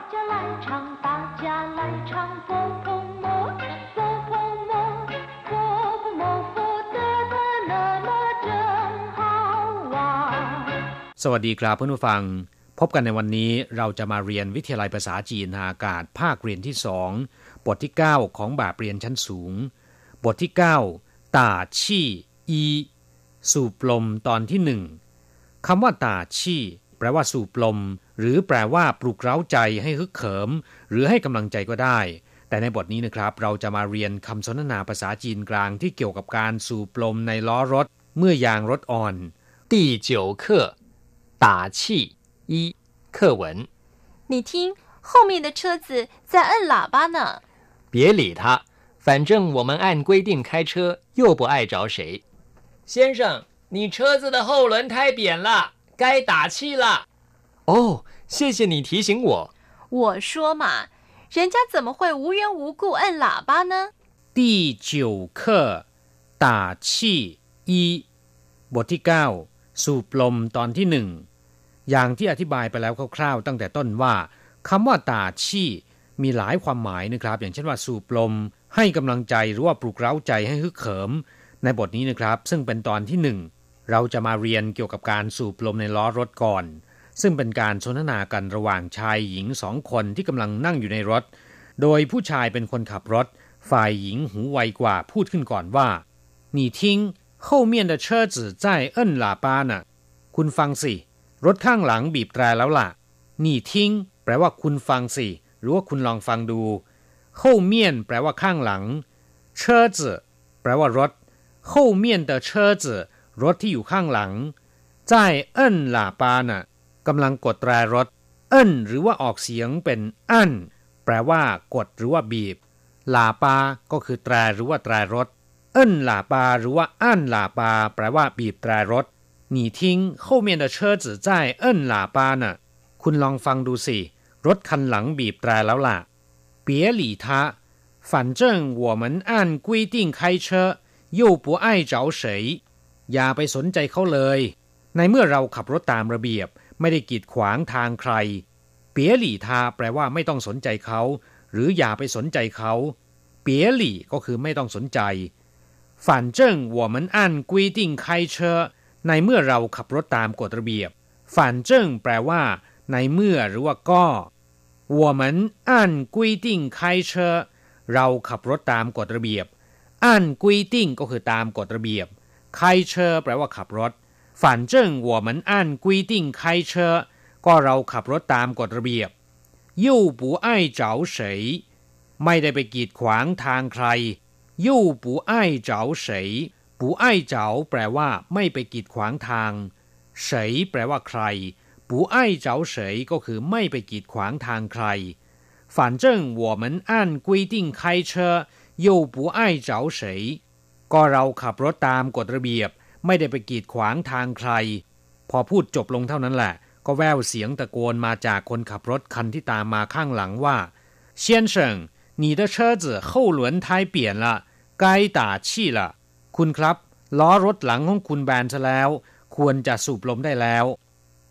สวัสดีครับเพื่อนผู้ฟังพบกันในวันนี้เราจะมาเรียนวิทยาลัยภาษาจีนทางอากาศภาคเรียนที่สองบทที่เก้าของแบบเรียนชั้นสูงบทที่เก้าต่าชี่อีสูบลมตอนที่หนึ่งคำว่าต่าชี่แปลว่าสูบลมหรือแปลว่าปลุกเร้าใจให้ฮึกเหิมหรือให้กำลังใจก็ได้แต่ในบทนี้นะครับเราจะมาเรียนคำสนทนาภาษาจีนกลางที่เกี่ยวกับการสูบลมในล้อรถเมื่อยางรถอ่อน第九课打气一课文你听后面的车子在摁喇叭呢别理他反正我们按规定开车又不碍着谁先生你车子的后轮胎扁了该打气了哦谢谢你提醒我我说嘛人家怎么会无缘无故摁喇叭呢第九课打气一บทที่เก้าสูบลมตอนที่หนึ่งอย่างที่อธิบายไปแล้วคร่าวๆตั้งแต่ต้นว่าคำว่าตาชี่มีหลายความหมายนะครับอย่างเช่นว่าสูบลมให้กำลังใจหรือว่าปลุกเร้าใจให้ฮึกเหิมในบทนี้นะครับซึ่งเป็นตอนที่หนึ่งเราจะมาเรียนเกี่ยวกับการสูบลมในล้อรถก่อนซึ่งเป็นการสนทนากันระหว่างชายหญิงสองคนที่กำลังนั่งอยู่ในรถโดยผู้ชายเป็นคนขับรถฝ่ายหญิงหูไวกว่าพูดขึ้นก่อนว่า你听后面的车子在摁喇叭呢คุณฟังสิรถข้างหลังบีบแตรแล้วล่ะนี่ทิ้งแปลว่าคุณฟังสิหรือว่าคุณลองฟังดู后面แปลว่าข้างหลัง车子แปลว่ารถ后面的车子รถที่อยู่ข้างหลัง在摁喇叭น่ะกำลังกดแตรรถเอิ้นหรือว่าออกเสียงเป็นอั้นแปลว่ากดหรือว่าบีบลาปาก็คือแตรหรือว่าแตรรถเอิ้นลาปาหรือว่าอั้นลาปาแปลว่าบีบแตรรถ你听后面的车子在摁喇叭呢คุณลองฟังดูสิรถคันหลังบีบแตรแล้วล่ะ别理他反正我们按规定开车又不碍着谁อย่าไปสนใจเขาเลยในเมื่อเราขับรถตามระเบียบไม่ได้กีดขวางทางใครเปียหลี่ทาแปลว่าไม่ต้องสนใจเขาหรืออย่าไปสนใจเขาเปียหลี่ก็คือไม่ต้องสนใจ反正我们按规定开车ในเมื่อเราขับรถตามกฎระเบียบ反正แปลว่าในเมื่อหรือว่าก็我们按规定开车เราขับรถตามกฎระเบียบ按规定ก็คือตามกฎระเบียบ开车แปลว่าขับรถ反正我们按规定开车ก็เราขับรถตามกฎระเบียบ又不碍着谁ไม่ได้ไปกีดขวางทางใคร又不碍着谁不碍着แปลว่าไม่ไปกีดขวางทาง谁แปลว่าใคร不碍着谁ก็คือไม่ไปกีดขวางทางใคร反正我们按规定开车又不碍着谁ก็เราขับรถตามกฎระเบียบไม่ได้ไปกีดขวางทางใครพอพูดจบลงเท่านั้นแหละก็แววเสียงตะโกนมาจากคนขับรถคันที่ตามมาข้างหลังว่า先生你的车子后轮胎扁了该打气了คุณครับล้อรถหลังของคุณแบนซะแล้วควรจะสูบลมได้แล้ว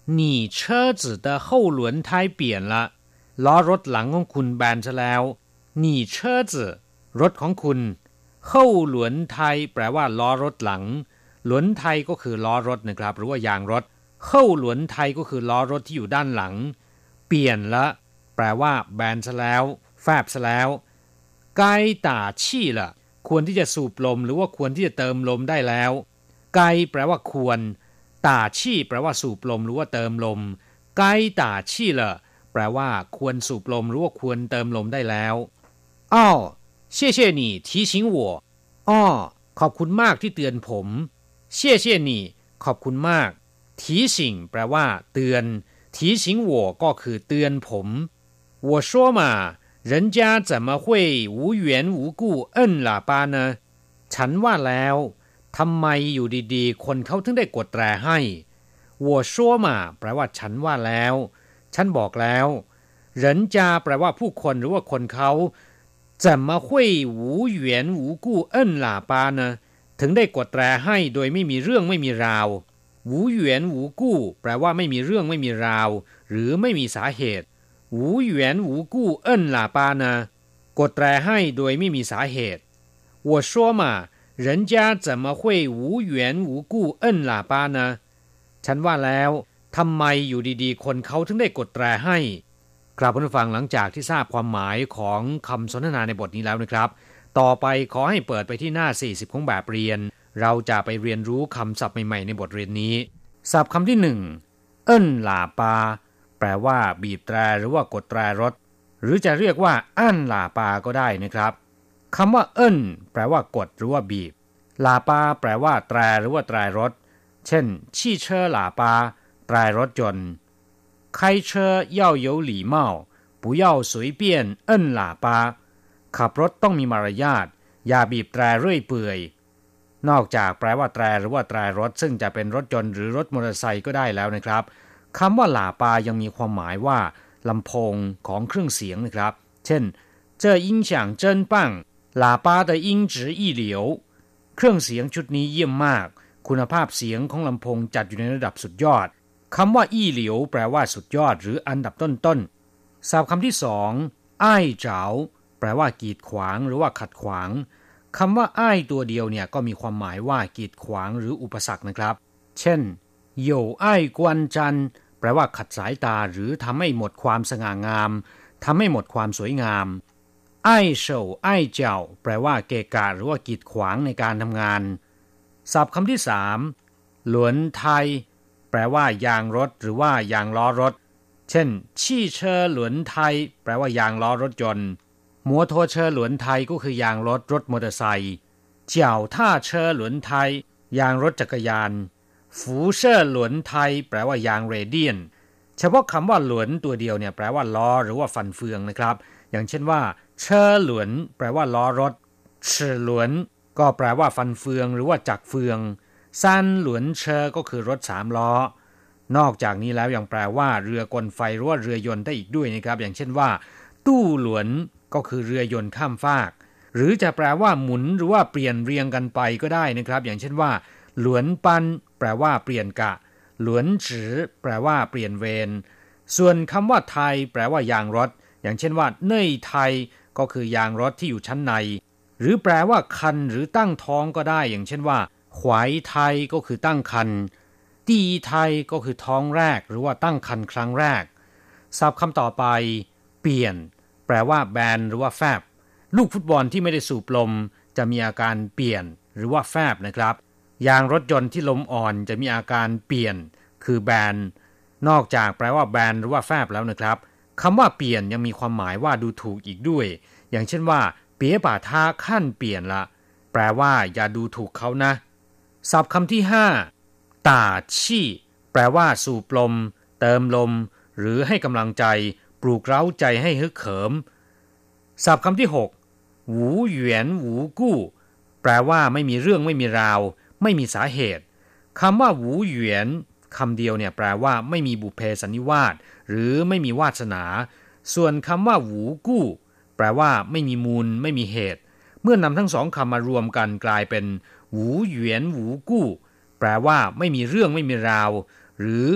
你车子的后轮胎扁了ล้อรถหลังของคุณแบนซะแล้ว你车子รถของคุณ后轮胎แปลว่าล้อรถหลังหลวนไทก็คือล้อรถนะครับหรือว่ายางรถเข้าหลวนไทก็คือล้อรถที่อยู่ด้านหลังเปลี่ยนละแปลว่าแบนซะแล้วแฟบซะแล้ว该打气了ควรที่จะสูบลมหรือว่าควรที่จะเติมลมได้แล้วไกแปลว่าควรตาชี่แปลว่าสูบลมหรือว่าเติมลมไกตาชี่ละแปลว่าควรสูบลมหรือว่าควรเติมลมได้แล้วอ้อ谢谢你提醒我อ้อขอบคุณมากที่เตือนผม谢谢你ขอบคุณมาก提醒แปลว่าเตือน提醒我ก็คือเตือนผม我说嘛人家怎么会无缘无故摁喇叭呢ฉันว่าแล้วทำไมอยู่ดีๆคนเขาถึงได้กดแตรให้我说嘛แปลว่าฉันว่าแล้วฉันบอกแล้ว人家แปลว่าผู้คนหรือว่าคนเขา怎么会无缘无故摁喇叭呢ถึงได้กดแตรให้โดยไม่มีเรื่องไม่มีราว无缘无故แปลว่าไม่มีเรื่องไม่มีราวหรือไม่มีสาเหตุ无缘无故摁喇叭呢กดแตรให้โดยไม่มีสาเหตุ我说嘛人家怎么会无缘无故摁喇叭呢ฉันว่าแล้วทำไมอยู่ดีๆคนเขาถึงได้กดแตรให้ครับผู้ฟังหลังจากที่ทราบความหมายของคำสนทนาในบทนี้แล้วนะครับต่อไปขอให้เปิดไปที่หน้าสี่สิบของแบบเรียนเราจะไปเรียนรู้คำศัพท์ใหม่ๆในบทเรียนนี้ศัพท์คำที่หนึ่งเอิ้นหลาปาแปลว่าบีบแตรหรือว่ากดแตรรถหรือจะเรียกว่าอั้นหลาปาก็ได้นะครับคำว่าเอิ้นแปลว่ากดหรือว่าบีบหลาปาแปลว่าแตรหรือว่าแตรรถเช่น汽车หลาปาแตรรถยนต์开车要有礼貌不要随便摁喇叭ขับรถต้องมีมารยาทอย่าบีบแตรเรื่อยเปื่อยนอกจากแปลว่าแตรหรือว่าแตรรถซึ่งจะเป็นรถยนต์หรือรถมอเตอร์ไซค์ก็ได้แล้วนะครับคำว่าหลาปายังมีความหมายว่าลำโพงของเครื่องเสียงนะครับเช่น这音响真棒喇叭的音质一流เครื่องเสียงชุดนี้เยี่ยมมากคุณภาพเสียงของลำโพงจัดอยู่ในระดับสุดยอดคำว่าอี้เหลียวแปลว่าสุดยอดหรืออันดับต้นๆศัพท์คำที่สองอ้ายเจ๋าแปลว่ากีดขวางหรือว่าขัดขวางคำว่าอ้ายตัวเดียวเนี่ยก็มีความหมายว่ากีดขวางหรืออุปสรรคนะครับเช่นโย่อ้ายกวนจันแปลว่าขัดสายตาหรือทำให้หมดความสง่างามทำให้หมดความสวยงามอ้ายเฉาอ้ายเจ้าแปลว่าเกะกะหรือว่ากีดขวางในการทำงานศัพท์คำที่สามหลวนไทยแปลว่ายางรถหรือว่ายางล้อรถเช่นชี่เชอหลวนไทยแปลว่ายางล้อรถยนต์มัวโทเชอหลวนไทยก็คือยางรถรถมอเตอร์ไซค์เจียวท่าเชอหลวนไทยยางรถจักรยานฝูเชอหลวนไทยแปลว่ายางเรเดียนเฉพาะคำว่าหลวนตัวเดียวเนี่ยแปลว่าล้อหรือว่าฟันเฟืองนะครับอย่างเช่นว่าเชอหลวนแปลว่าล้อรถชื่อหลวนก็แปลว่าฟันเฟืองหรือว่าจักรเฟืองซันหลวนเชอก็คือรถสามล้อนอกจากนี้แล้วยังแปลว่าเรือกลไฟหรือว่าเรือยนต์ได้อีกด้วยนะครับอย่างเช่นว่าตู้หลวนก็คือเรือยนต์ข้ามฟากหรือจะแปลว่าหมุนหรือว่าเปลี่ยนเรียงกันไปก็ได้นะครับอย่างเช่นว่าหลวนปันแปลว่าเปลี่ยนกะหลวนจือแปลว่าเปลี่ยนเวรส่วนคำว่าไทยแปลว่ายางรถอย่างเช่นว่าเน่ยไทยก็คือยางรถที่อยู่ชั้นในหรือแปลว่าคันหรือตั้งท้องก็ได้อย่างเช่นว่าขวายไทยก็คือตั้งครรภ์ตีไทยก็คือท้องแรกหรือว่าตั้งครรภ์ครั้งแรกศัพท์คำต่อไปเปลี่ยนแปลว่าแบนหรือว่าแฟบลูกฟุตบอลที่ไม่ได้สูบลมจะมีอาการเปลี่ยนหรือว่าแฟบนะครับยางรถยนต์ที่ลมอ่อนจะมีอาการเปลี่ยนคือแบนนอกจากแปลว่าแบนหรือว่าแฟบแล้วนะครับคำว่าเปลี่ยนยังมีความหมายว่าดูถูกอีกด้วยอย่างเช่นว่าเปี๋ยป่าท่าขั้นเปลี่ยนละแปลว่าอย่าดูถูกเขานะศัพท์คำที่ห้าตาชี่แปลว่าสูบลมเติมลมหรือให้กำลังใจปลุกเร้าใจให้ฮึกเหิมศัพท์คำที่หกหูเหวียนหูกู้แปลว่าไม่มีเรื่องไม่มีราวไม่มีสาเหตุคำว่าหูเหวียนคำเดียวเนี่ยแปลว่าไม่มีบุพเพสันนิวาสหรือไม่มีวาสนาส่วนคำว่าหูกู้แปลว่าไม่มีมูลไม่มีเหตุเมื่อนำทั้งสองคำมารวมกันกลายเป็นหูเหวียนหูกู้แปลว่าไม่มีเรื่องไม่มีราวหรือ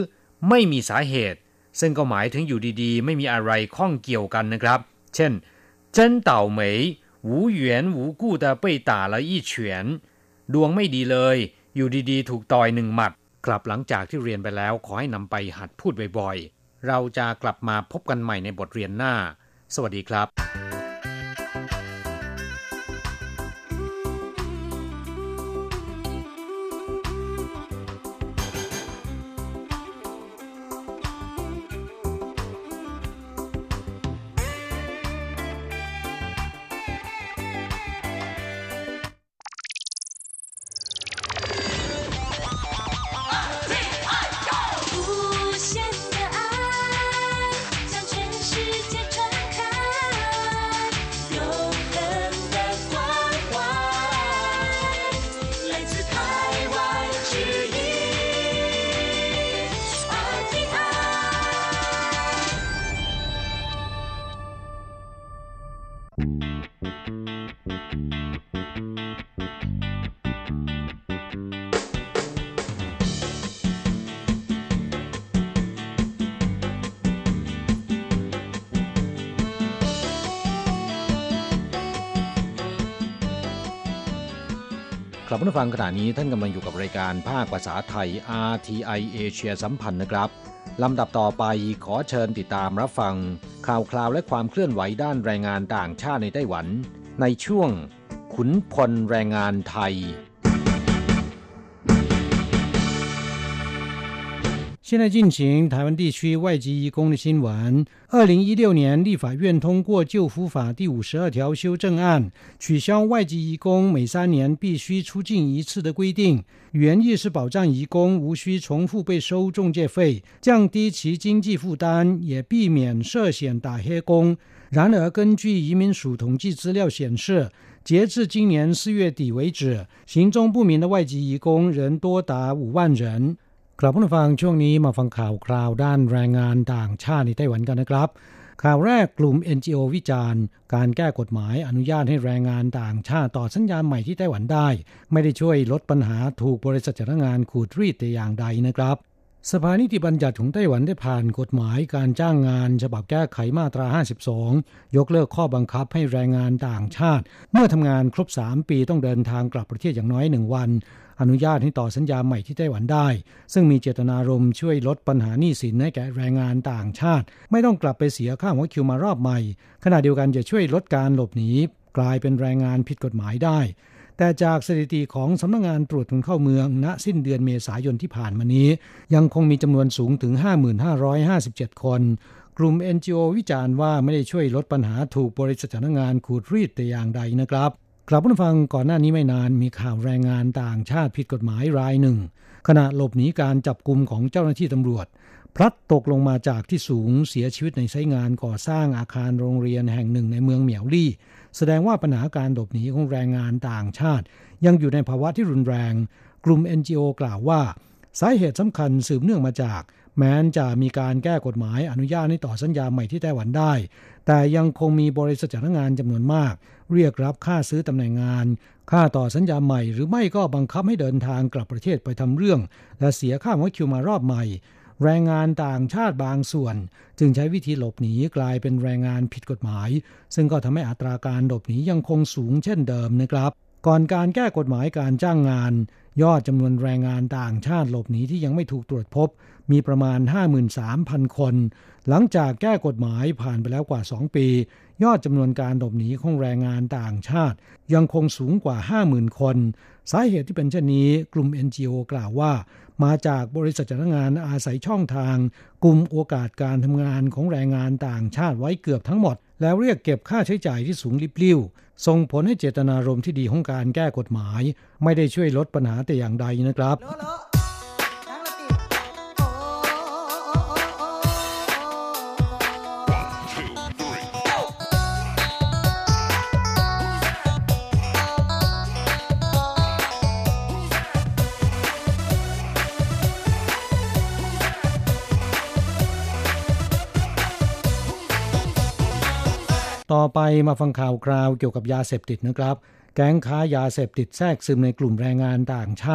ไม่มีสาเหตุซึ่งก็หมายถึงอยู่ดีๆไม่มีอะไรข้องเกี่ยวกันนะครับเช่น真倒霉无缘无故的被打了一拳ดวงไม่ดีเลยอยู่ดีๆถูกต่อยหนึ่งหมัดกลับหลังจากที่เรียนไปแล้วขอให้นำไปหัดพูดบ่อยๆเราจะกลับมาพบกันใหม่ในบทเรียนหน้าสวัสดีครับครับผู้ฟังขณะนี้ท่านกำลังอยู่กับรายการภาคภาษาไทย อาร์ ที ไอ เอเชียสัมพันธ์นะครับลำดับต่อไปขอเชิญติดตามรับฟังข่าวคราวและความเคลื่อนไหวด้านแรงงานต่างชาติในไต้หวันในช่วงขุนพลแรงงานไทย现在进行台湾地区外籍移工的新闻。二零一六年立法院通过就服法第五十二条修正案，取消外籍移工每三年必须出境一次的规定，原意是保障移工无需重复被收中介费，降低其经济负担，也避免涉险打黑工。然而，根据移民署统计资料显示，截至今年四月底为止，行踪不明的外籍移工仍多达五万人。ครับผู้ฟังช่วงนี้มาฟังข่าวคราวด้านแรงงานต่างชาติในไต้หวันกันนะครับข่าวแรกกลุ่ม เอ็น จี โอ วิจารณ์การแก้กฎหมายอนุญาตให้แรงงานต่างชาติต่อสัญญาใหม่ที่ไต้หวันได้ไม่ได้ช่วยลดปัญหาถูกบริษัทจ้างงานขูดรีดแต่อย่างใดนะครับสภานิติบัญญัติของไต้หวันได้ผ่านกฎหมายการจ้างงานฉบับแก้ไขมาตราห้าสิบสองยกเลิกข้อบังคับให้แรงงานต่างชาติเมื่อทำงานครบสามปีต้องเดินทางกลับประเทศอย่างน้อยหนึ่งวันอนุญาตให้ต่อสัญญาใหม่ที่ไต้หวันได้ซึ่งมีเจตนารมณ์ช่วยลดปัญหาหนี้สินให้แก่แรงงานต่างชาติไม่ต้องกลับไปเสียค่าหัวคิวมารอบใหม่ขณะเดียวกันจะช่วยลดการหลบหนีกลายเป็นแรงงานผิดกฎหมายได้แต่จากสถิติของสำนักงานตรวจคนเข้าเมืองณสิ้นเดือนเมษายนที่ผ่านมานี้ยังคงมีจำนวนสูงถึง ห้าพันห้าร้อยห้าสิบเจ็ด คนกลุ่ม เอ็น จี โอ วิจารณ์ว่าไม่ได้ช่วยลดปัญหาถูกบริษัทจ้างงานขูดรีดแต่อย่างใดนะครับกลับมาฟังก่อนหน้านี้ไม่นานมีข่าวแรงงานต่างชาติผิดกฎหมายรายหนึ่งขณะหลบหนีการจับกุมของเจ้าหน้าที่ตำรวจพลัดตกลงมาจากที่สูงเสียชีวิตในไซต์งานก่อสร้างอาคารโรงเรียนแห่งหนึ่งในเมืองเหมียวลี่แสดงว่าปัญหาการหลบหนีของแรงงานต่างชาติยังอยู่ในภาวะที่รุนแรงกลุ่ม เอ็น จี โอ กล่าวว่าสาเหตุสำคัญสืบเนื่องมาจากแม้นจะมีการแก้กฎหมายอนุญาตให้ต่อสัญญาใหม่ที่ไต้หวันได้แต่ยังคงมีบริษัทจ้างงานจำนวนมากเรียกรับค่าซื้อตำแหน่งงานค่าต่อสัญญาใหม่หรือไม่ก็บังคับให้เดินทางกลับประเทศไปทำเรื่องและเสียค่าหัวคิวมารอบใหม่แรงงานต่างชาติบางส่วนจึงใช้วิธีหลบหนีกลายเป็นแรงงานผิดกฎหมายซึ่งก็ทำให้อัตราการหลบหนียังคงสูงเช่นเดิมนะครับก่อนการแก้กฎหมายการจ้างงานยอดจำนวนแรงงานต่างชาติหลบหนีที่ยังไม่ถูกตรวจพบมีประมาณ ห้าหมื่นสามพัน คนหลังจากแก้กฎหมายผ่านไปแล้วกว่าสองปียอดจำนวนการหลบหนีของแรงงานต่างชาติยังคงสูงกว่า ห้าหมื่น คนสาเหตุที่เป็นเช่นนี้กลุ่ม เอ็น จี โอ กล่าวว่ามาจากบริษัทจ้างงานอาศัยช่องทางกลุ่มโอกาสการทำงานของแรงงานต่างชาติไว้เกือบทั้งหมดแล้วเรียกเก็บค่าใช้จ่ายที่สูงลิบลิ่วส่งผลให้เจตนารมณ์ที่ดีของการแก้กฎหมายไม่ได้ช่วยลดปัญหาแต่อย่างใดนะครับต่อไปมาฟังข่าวคราวเกี่ยวกับยาเสพติดนะครับแก๊งค้ายาเสพติดแทรกซึมในกลุ่มแรงงานต่างชาติ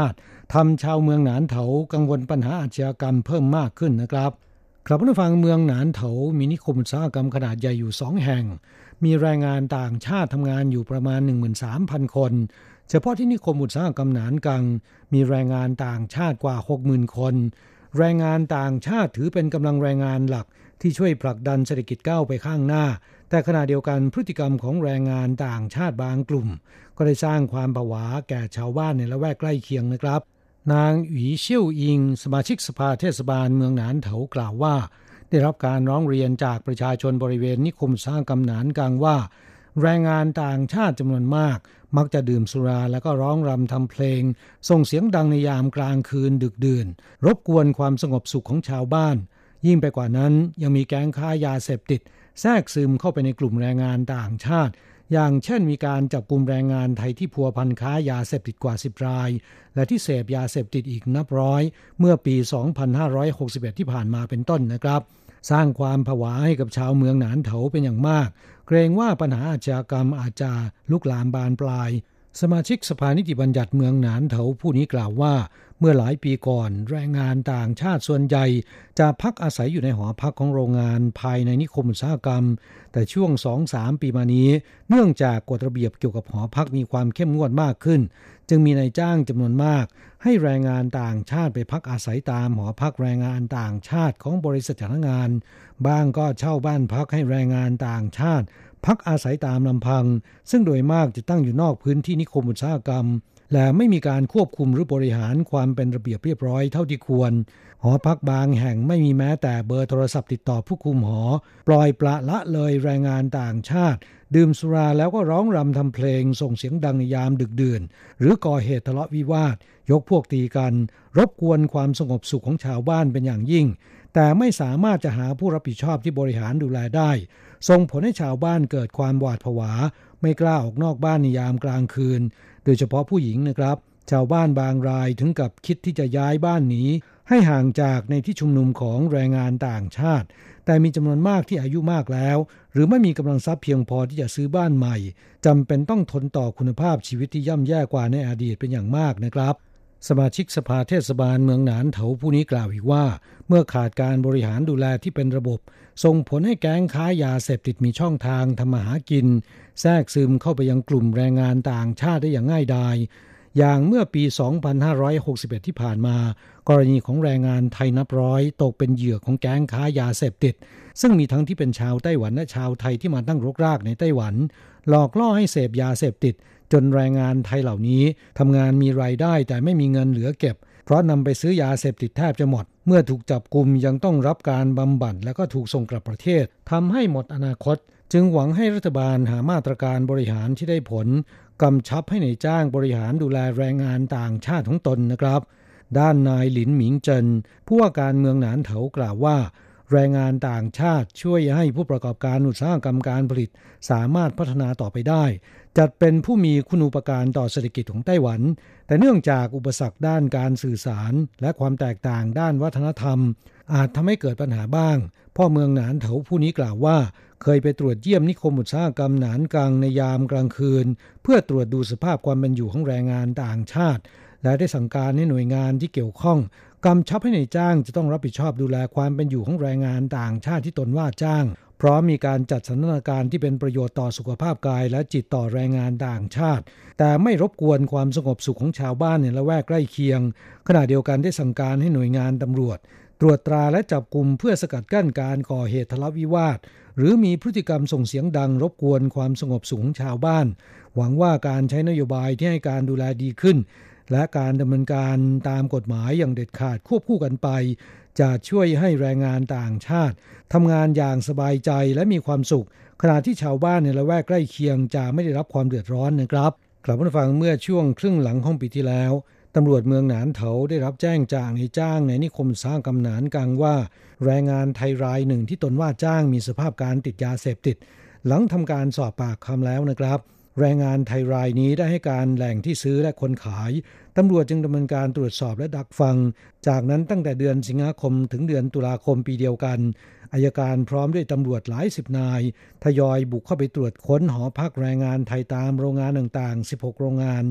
ทำชาวเมืองหนานเถากังวลปัญหาอาชญากรรมเพิ่มมากขึ้นนะครับครับผู้ฟังเมืองหนานเถามีนิคมอุตสาหกรรมขนาดใหญ่อยู่สองแห่งมีแรงงานต่างชาติทำงานอยู่ประมาณ หนึ่งหมื่นสามพัน คนเฉพาะที่นิคมอุตสาหกรรมหนานกังมีแรงงานต่างชาติกว่า หกหมื่น คนแรงงานต่างชาติถือเป็นกำลังแรงงานหลักที่ช่วยผลักดันเศรษฐกิจก้าวไปข้างหน้าแต่ขณะเดียวกันพฤติกรรมของแรงงานต่างชาติบางกลุ่มก็ได้สร้างความผวาแก่ชาวบ้านในละแวกใกล้เคียงนะครับนางหวีเซี่ยวอิงสมาชิกสภาเทศบาลเมืองหนานเถากล่าวว่าได้รับการร้องเรียนจากประชาชนบริเวณนิคมอุตสาหกรรมหนานกังว่าแรงงานต่างชาติจำนวนมากมักจะดื่มสุราแล้วก็ร้องรำทำเพลงส่งเสียงดังในยามกลางคืนดึกดื่นรบกวนความสงบสุขของชาวบ้านยิ่งไปกว่านั้นยังมีแก๊งค้ายาเสพติดแทรกซึมเข้าไปในกลุ่มแรงงานต่างชาติอย่างเช่นมีการจับกุมแรงงานไทยที่พัวพันค้ายาเสพติดกว่าสิบรายและที่เสพยาเสพติดอีกนับร้อยเมื่อปีสองพันห้าร้อยหกสิบเอ็ดที่ผ่านมาเป็นต้นนะครับสร้างความผวาให้กับชาวเมืองหนานเถาเป็นอย่างมากเกรงว่าปัญหาอาชญากรรมอาจจะลุกลามบานปลายสมาชิกสภานิติบัญญัติเมืองหนานเถาผู้นี้กล่าวว่าเมื่อหลายปีก่อนแรงงานต่างชาติส่วนใหญ่จะพักอาศัยอยู่ในหอพักของโรงงานภายในนิคมอุตสาหกรรมแต่ช่วง สองถึงสาม ปีมานี้เนื่องจากกฎระเบียบเกี่ยวกับหอพักมีความเข้มงวดมากขึ้นจึงมีนายจ้างจำนวนมากให้แรงงานต่างชาติไปพักอาศัยตามหอพักแรงงานต่างชาติของบริษัทจ้างงานบ้างก็เช่าบ้านพักให้แรงงานต่างชาติพักอาศัยตามลำพังซึ่งโดยมากจะตั้งอยู่นอกพื้นที่นิคมอุตสาหกรรมและไม่มีการควบคุมหรือบริหารความเป็นระเบียบเรียบร้อยเท่าที่ควรหอพักบางแห่งไม่มีแม้แต่เบอร์โทรศัพท์ติดต่อผู้คุมหอปล่อยปละละเลยแรงงานต่างชาติดื่มสุราแล้วก็ร้องรำทำเพลงส่งเสียงดังในยามดึกดื่นหรือก่อเหตุทะเลาะวิวาทยกพวกตีกันรบกวนความสงบสุขของชาวบ้านเป็นอย่างยิ่งแต่ไม่สามารถจะหาผู้รับผิดชอบที่บริหารดูแลได้ส่งผลให้ชาวบ้านเกิดความหวาดผวาไม่กล้าออกนอกบ้านในยามกลางคืนโดยเฉพาะผู้หญิงนะครับชาวบ้านบางรายถึงกับคิดที่จะย้ายบ้านหนีให้ห่างจากในที่ชุมนุมของแรงงานต่างชาติแต่มีจำนวนมากที่อายุมากแล้วหรือไม่มีกำลังทรัพย์เพียงพอที่จะซื้อบ้านใหม่จำเป็นต้องทนต่อคุณภาพชีวิตที่ย่ำแย่กว่าในอดีตเป็นอย่างมากนะครับสมาชิกสภาเทศบาลเมืองหนานเถาผู้นี้กล่าวอีกว่าเมื่อขาดการบริหารดูแลที่เป็นระบบส่งผลให้แก๊งค้ายาเสพติดมีช่องทางทำมาหากินแทรกซึมเข้าไปยังกลุ่มแรงงานต่างชาติได้อย่างง่ายดายอย่างเมื่อปีสองพันห้าร้อยหกสิบเอ็ดที่ผ่านมากรณีของแรงงานไทยนับร้อยตกเป็นเหยื่อของแก๊งค้ายาเสพติดซึ่งมีทั้งที่เป็นชาวไต้หวันและชาวไทยที่มาตั้งรกรากในไต้หวันหลอกล่อให้เสพยาเสพติดจนแรงงานไทยเหล่านี้ทำงานมีรายได้แต่ไม่มีเงินเหลือเก็บเพราะนำไปซื้อยาเสพติดแทบจะหมดเมื่อถูกจับกุมยังต้องรับการบำบัดและก็ถูกส่งกลับประเทศทำให้หมดอนาคตจึงหวังให้รัฐบาลหามาตรการบริหารที่ได้ผลกำชับให้นายจ้างบริหารดูแลแรงงานต่างชาติของตนนะครับด้านนายหลินหมิงเจินผู้ว่าการเมืองหนานเถากล่าวว่าแรงงานต่างชาติช่วยให้ผู้ประกอบการอุตสาหกรรมการผลิตสามารถพัฒนาต่อไปได้จัดเป็นผู้มีคุณูปการต่อเศรษฐกิจของไต้หวันแต่เนื่องจากอุปสรรคด้านการสื่อสารและความแตกต่างด้านวัฒนธรรมอาจทำให้เกิดปัญหาบ้างพ่อเมืองหนานเถาผู้นี้กล่าวว่าเคยไปตรวจเยี่ยมนิคมอุตสาหกรรมหนานกังในยามกลางคืนเพื่อตรวจดูสภาพความเป็นอยู่ของแรงงานต่างชาติและได้สั่งการให้หน่วยงานที่เกี่ยวข้องกำชับให้นายจ้างจะต้องรับผิดชอบดูแลความเป็นอยู่ของแรงงานต่างชาติที่ตนว่าจ้างพร้อมมีการจัดสถานการณ์ที่เป็นประโยชน์ต่อสุขภาพกายและจิตต่อแรงงานต่างชาติแต่ไม่รบกวนความสงบสุขของชาวบ้านในละแวกใกล้เคียงขณะเดียวกันได้สั่งการให้หน่วยงานตำรวจตรวจตราและจับกุมเพื่อสกัดกั้นการก่อเหตุทะเลาะวิวาทหรือมีพฤติกรรมส่งเสียงดังรบกวนความสงบสุขของชาวบ้านหวังว่าการใช้นโยบายที่ให้การดูแลดีขึ้นและการดำเนินการตามกฎหมายอย่างเด็ดขาดควบคู่กันไปจะช่วยให้แรงงานต่างชาติทำงานอย่างสบายใจและมีความสุขขณะที่ชาวบ้านในละแวกใกล้เคียงจะไม่ได้รับความเดือดร้อนนะครับกลับมาฟังเมื่อช่วงครึ่งหลังของปีที่แล้วตำรวจเมืองหนานเถาได้รับแจ้งจากนายจ้างในนิคมอุตสาหกรรมหนานกังว่าแรงงานไทยรายหนึ่งที่ตนว่าจ้างมีสภาพการติดยาเสพติดหลังทำการสอบปากคำแล้วนะครับแรงงานไทยรายนี้ได้ให้การแหล่งที่ซื้อและคนขายตำรวจจึงดำเนินการตรวจสอบและดักฟังจากนั้นตั้งแต่เดือนสิงหาคมถึงเดือนตุลาคมปีเดียวกันอัยการพร้อมด้วยตำรวจหลายสิบนายทยอยบุกเข้าไปตรวจค้นหอพักแรงงานไทยตามโรงงานต่างๆสิบหกโรงงาน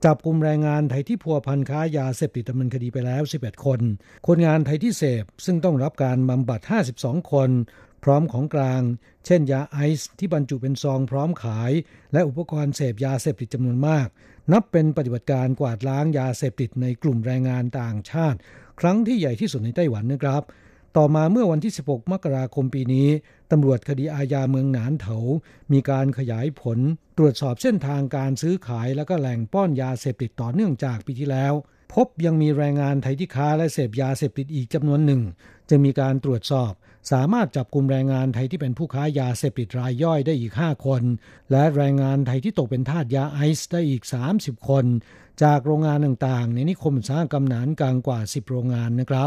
จับกุมแรงงานไทยที่พัวพันค้ายาเสพติดดำเนินคดีไปแล้วสิบเอ็ดคนคนงานไทยที่เสพซึ่งต้องรับการบำบัดห้าสิบสองคนพร้อมของกลางเช่นยาไอซ์ที่บรรจุเป็นซองพร้อมขายและอุปกรณ์เสพยาเสพติดจำนวนมากนับเป็นปฏิบัติการกวาดล้างยาเสพติดในกลุ่มแรงงานต่างชาติครั้งที่ใหญ่ที่สุดในไต้หวันนะครับต่อมาเมื่อวันที่สิบหกมกราคมปีนี้ตำรวจคดีอาญาเมืองหนานเถามีการขยายผลตรวจสอบเส้นทางการซื้อขายและก็แหล่งป้อนยาเสพติดต่อเนื่องจากปีที่แล้วพบยังมีแรงงานไทยที่ค้าและเสพยาเสพติดอีกจำนวนหนึ่งจึงมีการตรวจสอบสามารถจับกุมแรงงานไทยที่เป็นผู้ค้ายาเสพติดรายย่อยได้อีกห้าคนและแรงงานไทยที่ตกเป็นทาสยาไอซ์ได้อีกสามสิบคนจากโรงงานต่างๆในนิคมอุตสาหกรรมหนานกลางกว่าสิบโรงงานนะครับ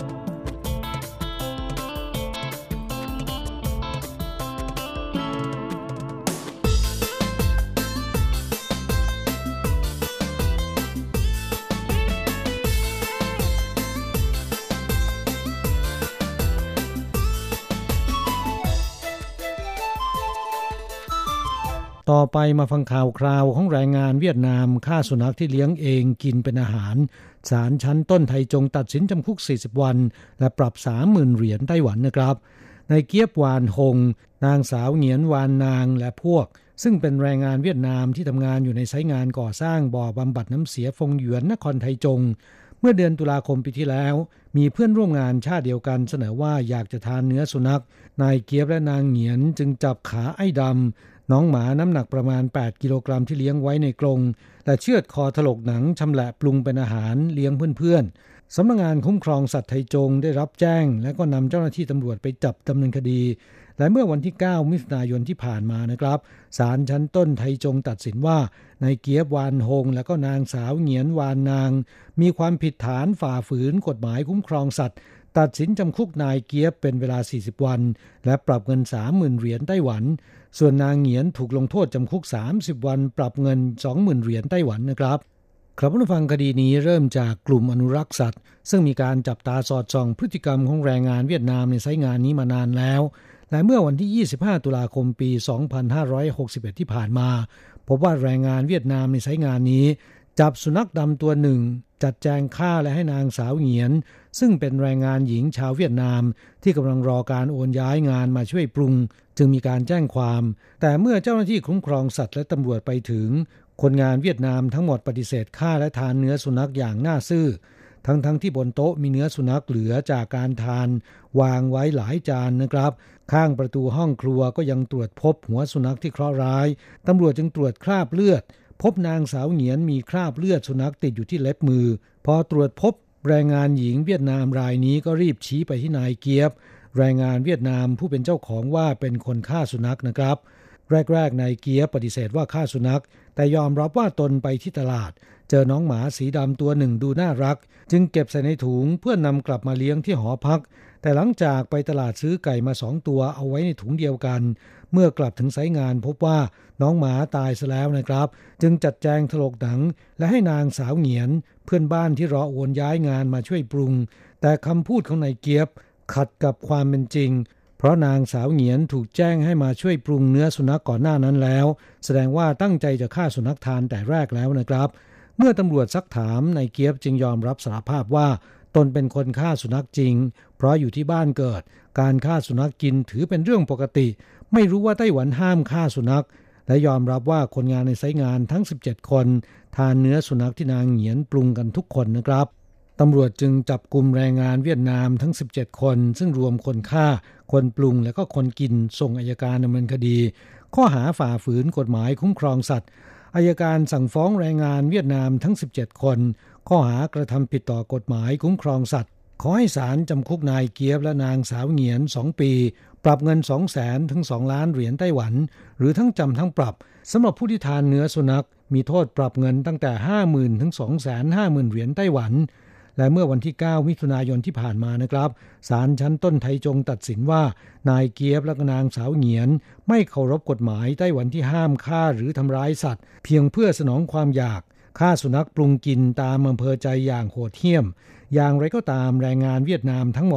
ต่อไปมาฟังข่าวคราวของแรงงานเวียดนามฆ่าสุนัขที่เลี้ยงเองกินเป็นอาหารศาลชั้นต้นไทจงตัดสินจำคุกสี่สิบวันและปรับ สามหมื่น เหรียญไต้หวันนะครับในเกียบวานฮงนางสาวเหงียนวานนางและพวกซึ่งเป็นแรงงานเวียดนามที่ทำงานอยู่ในไซต์งานก่อสร้างบ่อบำบัดน้ำเสียฟงหยวนนครไทจงเมื่อเดือนตุลาคมปีที่แล้วมีเพื่อนร่วมงานชาติเดียวกันเสนอว่าอยากจะทานเนื้อสุนัขนายเกียบและนางเหงียนจึงจับขาไอ้ดำน้องหมาน้ำหนักประมาณแปดกิโลกรัมที่เลี้ยงไว้ในกรงและเชือดคอถลกหนังชำแหละปรุงเป็นอาหารเลี้ยงเพื่อนๆสำนักงานคุ้มครองสัตว์ไทจงได้รับแจ้งและก็นำเจ้าหน้าที่ตำรวจไปจับดำเนินคดีและเมื่อวันที่เก้ามิถุนายนที่ผ่านมานะครับศาลชั้นต้นไทจงตัดสินว่านายเกียบวานฮงและก็นางสาวเหงียนวานนางมีความผิดฐานฝ่าฝืนกฎหมายคุ้มครองสัตว์ตัดสินจำคุกนายเกียบเป็นเวลาสี่สิบวันและปรับเงิน สามหมื่น เหรียญไต้หวันส่วนนางเหงียนถูกลงโทษจำคุกสามสิบวันปรับเงิน สองหมื่น เหรียญไต้หวันนะครับครับผู้ฟังคดีนี้เริ่มจากกลุ่มอนุรักษ์สัตว์ซึ่งมีการจับตาสอดส่องพฤติกรรมของแรงงานเวียดนามในไซต์งานนี้มานานแล้วและเมื่อวันที่ยี่สิบห้าตุลาคมปีสองพันห้าร้อยหกสิบเอ็ดที่ผ่านมาพบว่าแรงงานเวียดนามในไซต์งานนี้จับสุนัขดำตัวหนึ่งจัดแจงฆ่าและให้นางสาวเหงียนซึ่งเป็นแรงงานหญิงชาวเวียดนามที่กำลังรอการโอนย้ายงานมาช่วยปรุงจึงมีการแจ้งความแต่เมื่อเจ้าหน้าที่คุ้มครองสัตว์และตำรวจไปถึงคนงานเวียดนามทั้งหมดปฏิเสธฆ่าและทานเนื้อสุนัขอย่างน่าซื่อทั้งๆ ท, ที่บนโต๊ะมีเนื้อสุนัขเหลือจากการทานวางไว้หลายจานนะครับข้างประตูห้องครัวก็ยังตรวจพบหัวสุนัขที่เคราะห์ร้ายตำรวจจึงตรวจคราบเลือดพบนางสาวเหงียนมีคราบเลือดสุนัขติดอยู่ที่เล็บมือพอตรวจพบแรงงานหญิงเวียดนามรายนี้ก็รีบชี้ไปที่นายเกียบแรงงานเวียดนามผู้เป็นเจ้าของว่าเป็นคนฆ่าสุนัขนะครับแรกๆนายเกียบปฏิเสธว่าฆ่าสุนัขแต่ยอมรับว่าตนไปที่ตลาดเจอน้องหมาสีดำตัวหนึ่งดูน่ารักจึงเก็บใส่ในถุงเพื่อนำกลับมาเลี้ยงที่หอพักแต่หลังจากไปตลาดซื้อไก่มาสองตัวเอาไว้ในถุงเดียวกันเมื่อกลับถึงไซต์งานพบว่าน้องหมาตายซะแล้วนะครับจึงจัดแจงถลกหนังและให้นางสาวเหงียนเพื่อนบ้านที่รอโอนย้ายงานมาช่วยปรุงแต่คำพูดของนายเกียบขัดกับความเป็นจริงเพราะนางสาวเหงียนถูกแจ้งให้มาช่วยปรุงเนื้อสุนัขก่อนหน้านั้นแล้วแสดงว่าตั้งใจจะฆ่าสุนัขทานแต่แรกแล้วนะครับเมื่อตำรวจซักถามนายเกียบจึงยอมรับสารภาพว่าตนเป็นคนฆ่าสุนัขจริงเพราะอยู่ที่บ้านเกิดการฆ่าสุนัขกินถือเป็นเรื่องปกติไม่รู้ว่าไต้หวันห้ามฆ่าสุนัขและยอมรับว่าคนงานในไซต์งานทั้งสิบเจ็ดคนทานเนื้อสุนัขที่นางเหงียนปรุงกันทุกคนนะครับตำรวจจึงจับกุมแรงงานเวียดนามทั้งสิบเจ็ดคนซึ่งรวมคนฆ่าคนปรุงและก็คนกินส่งอัยการดำเนินคดีข้อหาฝ่าฝืนกฎหมายคุ้มครองสัตว์อัยการสั่งฟ้องแรงงานเวียดนามทั้งสิบเจ็ดคนข้อหากระทำผิดต่อกฎหมายคุ้มครองสัตว์ขอให้ศาลจำคุกนายเกียบและนางสาวเหงียนสองปีปรับเงิน สองแสน ถึงสองล้านเหรียญไต้หวันหรือทั้งจำทั้งปรับสำหรับผู้ที่ทานเนื้อสุนัขมีโทษปรับเงินตั้งแต่ ห้าหมื่น ถึง สองแสนห้าหมื่น เหรียญไต้หวันและเมื่อวันที่เก้ามิถุนายนที่ผ่านมานะครับศาลชั้นต้นไทจงตัดสินว่านายเกียบและนางสาวเหงียนไม่เคารพกฎหมายไต้หวันที่ห้ามฆ่าหรือทำร้ายสัตว์เพียงเพื่อสนองความอยากฆ่าสุนัขปรุงกินตามอำเภอใจอย่างโหดเหี้ยมอย่างไรก็ตามแรงงานเวียดนามทั้งหมด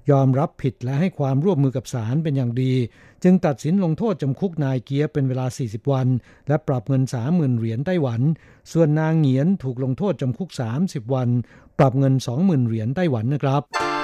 ยอมรับผิดและให้ความร่วมมือกับศาลเป็นอย่างดีจึงตัดสินลงโทษจำคุกนายเกียเป็นเวลาสี่สิบวันและปรับเงิน สามหมื่น เหรียญไต้หวันส่วนนางเหงียนถูกลงโทษจำคุกสามสิบวันปรับเงิน สองหมื่น เหรียญไต้หวันนะครับ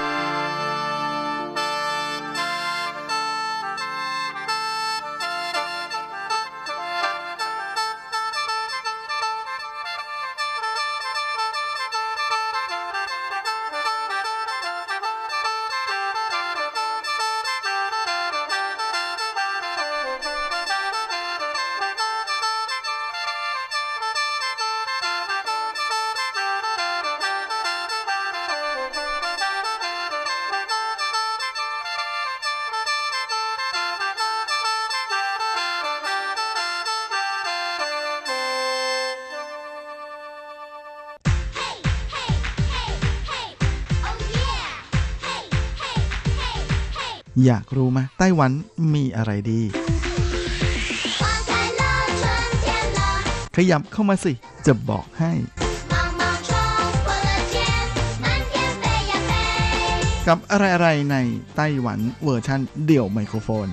อยากรู้ไหมไต้หวันมีอะไรดีขยับเข้ามาสิจะบอกให้กับอะไรๆในไต้หวันเวอร์ชันเดี่ยวไมโครโฟน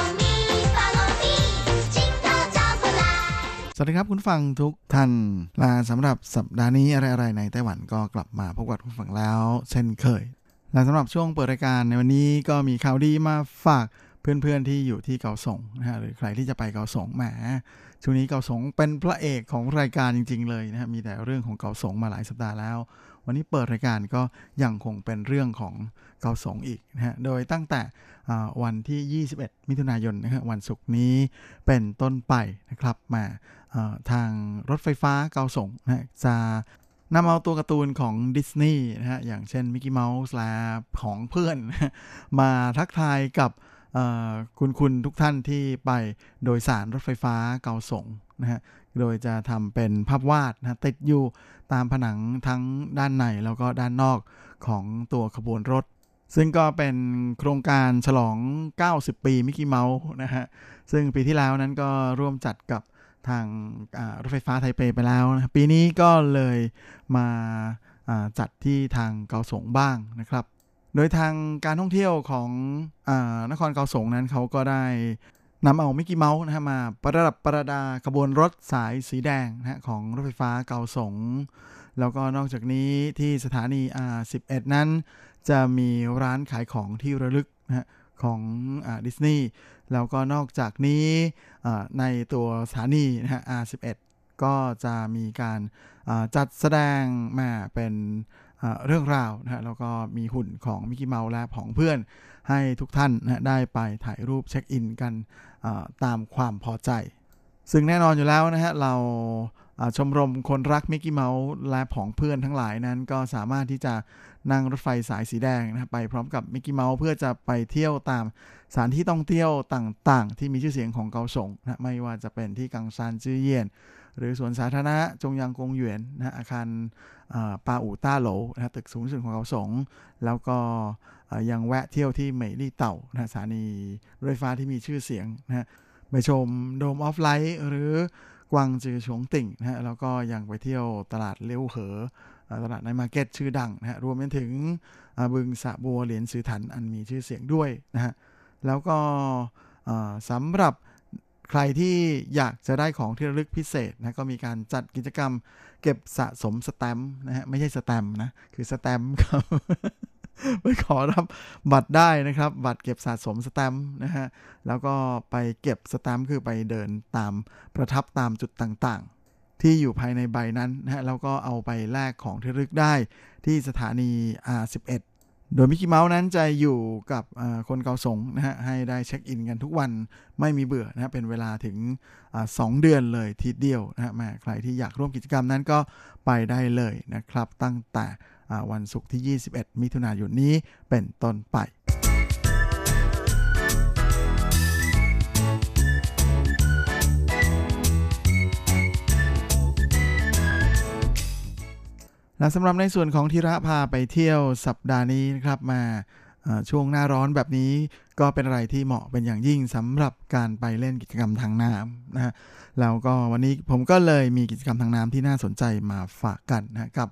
สวัสดีครับคุณฟังทุกท่านและสำหรับสัปดาห์นี้อะไรๆในไต้หวันก็กลับมาพบกับคุณฟังแล้วเช่นเคยและสำหรับช่วงเปิดรายการในวันนี้ก็มีข่าวดีมาฝากเพื่อนๆที่อยู่ที่เกาสงนะฮะหรือใครที่จะไปเกาสงแหมช่วงนี้เกาสงเป็นพระเอกของรายการจริงๆเลยนะฮะมีแต่เรื่องของเกาสงมาหลายสัปดาห์แล้ววันนี้เปิดรายการก็ยังคงเป็นเรื่องของเกาสงอีกนะฮะโดยตั้งแต่วันที่ยี่สิบเอ็ดมิถุนายนนะฮะวันศุกร์นี้เป็นต้นไปนะครับมาทางรถไฟฟ้าเกาสงนะฮะจะนำเอาตัวการ์ตูนของดิสนีย์นะฮะอย่างเช่นมิกกี้เมาส์และของเพื่อนมาทักทายกับคุณคุณทุกท่านที่ไปโดยสารรถไฟฟ้าเกาสงนะฮะโดยจะทำเป็นภาพวาดนะติดอยู่ตามผนังทั้งด้านในแล้วก็ด้านนอกของตัวขบวนรถซึ่งก็เป็นโครงการฉลองเก้าสิบปีมิกกี้เมาส์นะฮะซึ่งปีที่แล้วนั้นก็ร่วมจัดกับทางรถไฟฟ้าไทเปไปแล้วนะปีนี้ก็เลยมาจัดที่ทางเกาสงบ้างนะครับโดยทางการท่องเที่ยวของนครเกาสงนั้นเขาก็ได้นำเอามิกกี้เมาส์นะฮะมาประดับประดาขบวนรถสายสีแดงนะฮะของรถไฟฟ้าเกาสงแล้วก็นอกจากนี้ที่สถานี อาร์ สิบเอ็ด นั้นจะมีร้านขายของที่ระลึกนะฮะของดิสนีย์แล้วก็นอกจากนี้ในตัวสถานีนะฮะ อาร์ สิบเอ็ด ก็จะมีการจัดแสดงมาเป็นเรื่องราวนะฮะแล้วก็มีหุ่นของมิกกี้เมาส์และผองเพื่อนให้ทุกท่านนะได้ไปถ่ายรูปเช็คอินกันตามความพอใจซึ่งแน่นอนอยู่แล้วนะฮะเราชมรมคนรักมิกกี้เมาส์และผองเพื่อนทั้งหลายนั้นก็สามารถที่จะนั่งรถไฟสายสีแดงนะไปพร้อมกับมิกกี้เมาส์เพื่อจะไปเที่ยวตามสถานที่ท่องเที่ยวต่างๆที่มีชื่อเสียงของเกาสงนะไม่ว่าจะเป็นที่กังซานจื้อเยี่ยนหรือสวนสาธารณะจงยางกงหยวนนะอาคารปาอู่ต้าโหลนะตึกสูงสุดของเกาสงแล้วก็ยังแวะเที่ยวที่เหมยลี่เต่านะสถานีรถไฟฟ้าที่มีชื่อเสียงนะไปชมโดมออฟไลท์หรือกวางจือฉงติ่งนะฮะแล้วก็ยังไปเที่ยวตลาดเลี้ยวเหอตลาดไนท์มาร์เก็ตชื่อดังนะฮะรวมไปถึงบึงสะบัวเหรียญซือถันอันมีชื่อเสียงด้วยนะฮะแล้วก็สำหรับใครที่อยากจะได้ของที่ระลึกพิเศษนะก็มีการจัดกิจกรรมเก็บสะสมสแตมป์นะฮะไม่ใช่สแตมป์นะคือสแตมป์ครับ ไปขอรับบัตรได้นะครับบัตรเก็บสะสมสแตมป์นะฮะแล้วก็ไปเก็บสแตมป์คือไปเดินตามประทับตามจุดต่างๆที่อยู่ภายในใบนั้นนะฮะแล้วก็เอาไปแลกของที่ระลึกได้ที่สถานี อาร์ สิบเอ็ด โดยมิกกี้เมาส์นั้นจะอยู่กับคนเกาสงนะฮะให้ได้เช็คอินกันทุกวันไม่มีเบื่อนะฮะเป็นเวลาถึงสองเดือนเลยทีเดียวนะฮะแม้ใครที่อยากร่วมกิจกรรมนั้นก็ไปได้เลยนะครับตั้งแต่วันศุกร์ที่ยี่สิบเอ็ดมิถุนายนนี้เป็นต้นไปและสำหรับในส่วนของธีระพาไปเที่ยวสัปดาห์นี้นะครับมาช่วงหน้าร้อนแบบนี้ก็เป็นอะไรที่เหมาะเป็นอย่างยิ่งสำหรับการไปเล่นกิจกรรมทางน้ำนะฮะแล้วก็วันนี้ผมก็เลยมีกิจกรรมทางน้ำที่น่าสนใจมาฝากกันนะกับ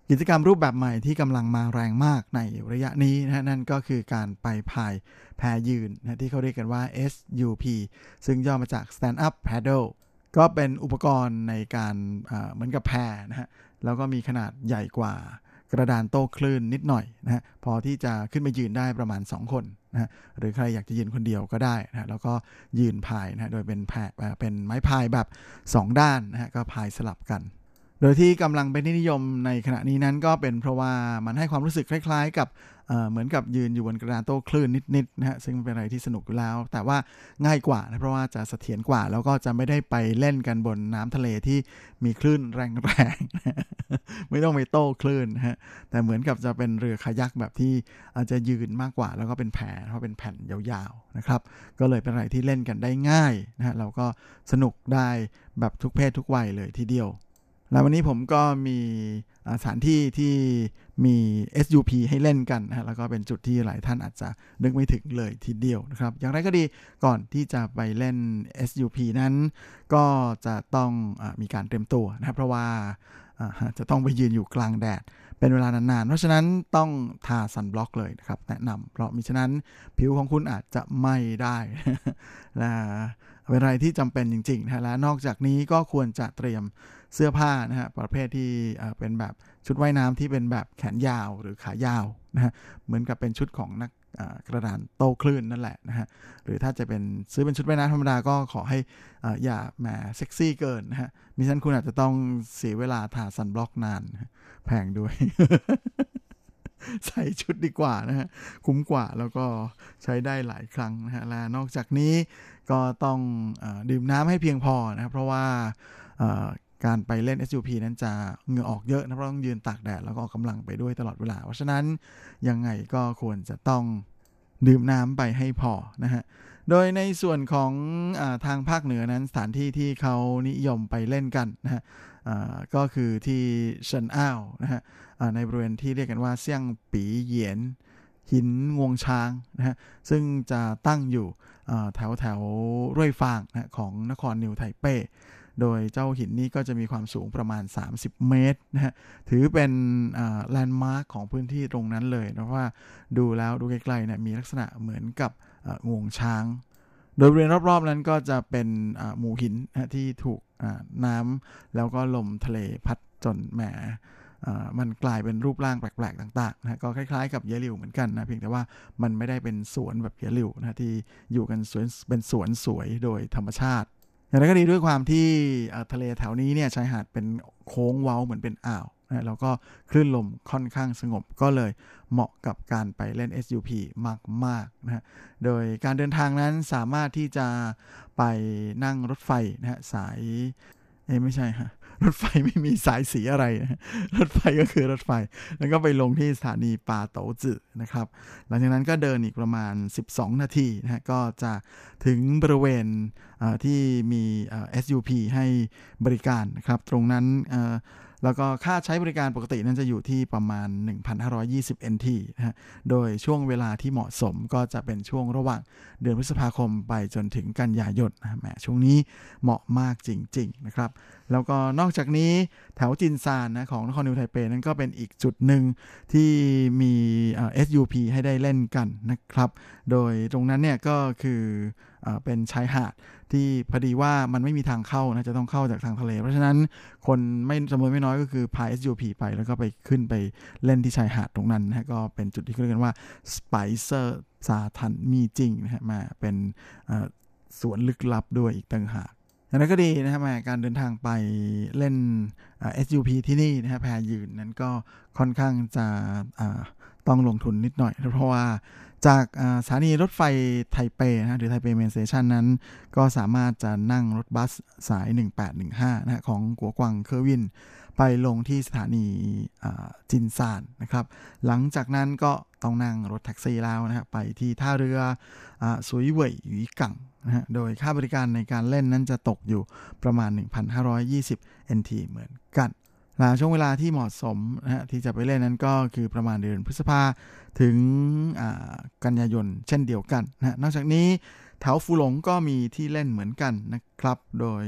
กิจกรรมรูปแบบใหม่ที่กำลังมาแรงมากในระยะนี้นะนั่นก็คือการไปพายแพยืนนะที่เขาเรียกกันว่า เอส ยู พี ซึ่งย่อมาจาก Stand Up Paddle ก็เป็นอุปกรณ์ในการเหมือนกับแพนะฮะแล้วก็มีขนาดใหญ่กว่ากระดานโต้คลื่นนิดหน่อยนะฮะพอที่จะขึ้นไปยืนได้ประมาณสองคนนะฮะหรือใครอยากจะยืนคนเดียวก็ได้นะฮะแล้วก็ยืนพายนะฮะโดยเป็นแพเป็นไม้พายแบบสองด้านนะฮะก็พายสลับกันโดยที่กำลังเป็นที่นิยมในขณะนี้นั้นก็เป็นเพราะว่ามันให้ความรู้สึกคล้ายๆกับ เ, เหมือนกับยืนอยู่บนกระดานโต้คลื่นนิดๆนะฮะซึ่งเป็นอะไรที่สนุกอยู่แล้วแต่ว่าง่ายกว่านะเพราะว่าจะเสถียรกว่าแล้วก็จะไม่ได้ไปเล่นกันบนน้ำทะเลที่มีคลื่นแรงๆ ไม่ต้องไปโต้คลื่นนะฮะแต่เหมือนกับจะเป็นเรือคายักแบบที่อาจจะยืนมากกว่าแล้วก็เป็นแพเพราะเป็นแผ่นยาวๆนะครับก็เลยเป็นอะไรที่เล่นกันได้ง่ายนะฮะเราก็สนุกได้แบบทุกเพศทุกวัยเลยทีเดียวแล้ววันนี้ผมก็มีสถานที่ที่มี เอส ยู พี ให้เล่นกันนะแล้วก็เป็นจุดที่หลายท่านอาจจะนึกไม่ถึงเลยทีเดียวนะครับอย่างไรก็ดีก่อนที่จะไปเล่น เอส ยู พี นั้นก็จะต้องอมีการเตรียมตัวนะครับเพราะว่าจะต้องไปยืนอยู่กลางแดดเป็นเวลานานๆเพราะฉะนั้นต้องทาซันบล็อกเลยนะครับแนะนำเพราะมิฉะนั้นผิวของคุณอาจจะไหม้ได้ และเป็นอะไรที่จำเป็นจริงๆนะและนอกจากนี้ก็ควรจะเตรียมเสื้อผ้านะฮะประเภทที่เป็นแบบชุดว่ายน้ำที่เป็นแบบแขนยาวหรือขายาวนะฮะเหมือนกับเป็นชุดของนักกระดานโต้คลื่นนั่นแหละนะฮะหรือถ้าจะเป็นซื้อเป็นชุดว่ายน้ำธรรมดาก็ขอให้อย่าแหมเซ็กซี่เกินนะฮะมิฉะนั้นคุณอาจจะต้องเสียเวลาทาซันบล็อกนานแพงด้วย ใส่ชุดดีกว่านะฮะคุ้มกว่าแล้วก็ใช้ได้หลายครั้งนะฮะและนอกจากนี้ก็ต้องเอ่อดื่มน้ำให้เพียงพอนะครับเพราะว่าเอ่อการไปเล่น เอส ยู พี นั้นจะเหงื่อออกเยอะนะเพราะต้องยืนตากแดดแล้วก็ออกกำลังไปด้วยตลอดเวลาเพราะฉะนั้นยังไงก็ควรจะต้องดื่มน้ำไปให้พอนะฮะโดยในส่วนของอ่าทางภาคเหนือนั้นสถานที่ที่เขานิยมไปเล่นกันนะฮะก็คือที่เซินอ้าวนะฮะในบริเวณที่เรียกกันว่าเซี่ยงปีเหยียนหินงวงช้างนะฮะซึ่งจะตั้งอยู่แถวแถวร่วยฟางนะของนครนิวไทเป้โดยเจ้าหินนี้ก็จะมีความสูงประมาณสามสิบเมตรนะฮะถือเป็นแลนด์มาร์คของพื้นที่ตรงนั้นเลยนะว่าดูแล้วดูไกลๆเนี่ยมีลักษณะเหมือนกับงวงช้างโดยบริเวณรอบๆนั้นก็จะเป็นหมู่หินนะที่ถูกน้ำแล้วก็ลมทะเลพัดจนแหมมันกลายเป็นรูปร่างแปลกๆต่างๆนะก็คล้ายๆกับเยลิวเหมือนกันนะเพียงแต่ว่ามันไม่ได้เป็นสวนแบบเยลิวนะที่อยู่กันสวนเป็นสวนสวยโดยธรรมชาติอย่างไรก็ดีด้วยความที่ทะเลแถวนี้เนี่ยชายหาดเป็นโค้งเว้าเหมือนเป็นอ่าวนะแล้วก็คลื่นลมค่อนข้างสงบก็เลยเหมาะกับการไปเล่น เอส ยู พี มากๆนะฮะโดยการเดินทางนั้นสามารถที่จะไปนั่งรถไฟนะฮะสายเอ้ไม่ใช่ฮะรถไฟไม่มีสายสีอะไรนะรถไฟก็คือรถไฟแล้วก็ไปลงที่สถานีปาโตจื่อนะครับหลังจากนั้นก็เดินอีกประมาณสิบสองนาทีนะฮะก็จะถึงบริเวณที่มี เอส ยู พี ให้บริการนะครับตรงนั้นแล้วก็ค่าใช้บริการปกตินั้นจะอยู่ที่ประมาณ หนึ่งพันห้าร้อยยี่สิบ เอ็น ที นะฮะโดยช่วงเวลาที่เหมาะสมก็จะเป็นช่วงระหว่างเดือนพฤษภาคมไปจนถึงกันยายนนะแหมช่วงนี้เหมาะมากจริงๆนะครับแล้วก็นอกจากนี้แถวจินซานนะของนครนิวไทเปนั้นก็เป็นอีกจุดหนึ่งที่มี เอส ยู พี ให้ได้เล่นกันนะครับโดยตรงนั้นเนี่ยก็คือเป็นชายหาดที่พอดีว่ามันไม่มีทางเข้านะจะต้องเข้าจากทางทะเลเพราะฉะนั้นคนไม่จำนวนไม่น้อยก็คือพา เอส ยู พี ไปแล้วก็ไปขึ้นไปเล่นที่ชายหาดตรงนั้นนะก็เป็นจุดที่เรียกกันว่าสไปเซอร์ซาทันมีจริงนะฮะมาเป็นสวนลึกลับด้วยอีกต่างหากอย่างนั้นก็ดีนะครับการเดินทางไปเล่น เอส ยู พี ที่นี่นะฮะแพยืนนั้นก็ค่อนข้างจะต้องลงทุนนิดหน่อยเพราะว่าจากสถานีรถไฟไทเปนะหรือไทเปเมนสเตชันนั้นก็สามารถจะนั่งรถบัสสายหนึ่งแปดหนึ่งห้านะของกัวกวางเคอร์วินไปลงที่สถานีจินซานนะครับหลังจากนั้นก็ต้องนั่งรถแท็กซี่แล้วนะฮะไปที่ท่าเรือซุยเหว่ยหยีกังนะฮะโดยค่าบริการในการเล่นนั้นจะตกอยู่ประมาณ หนึ่งพันห้าร้อยยี่สิบ เอ็น ที เหมือนกันและช่วงเวลาที่เหมาะสมนะฮะที่จะไปเล่นนั้นก็คือประมาณเดือนพฤษภาถึงกันยายนเช่นเดียวกันนะนอกจากนี้แถวฟูหลงก็มีที่เล่นเหมือนกันนะครับโดย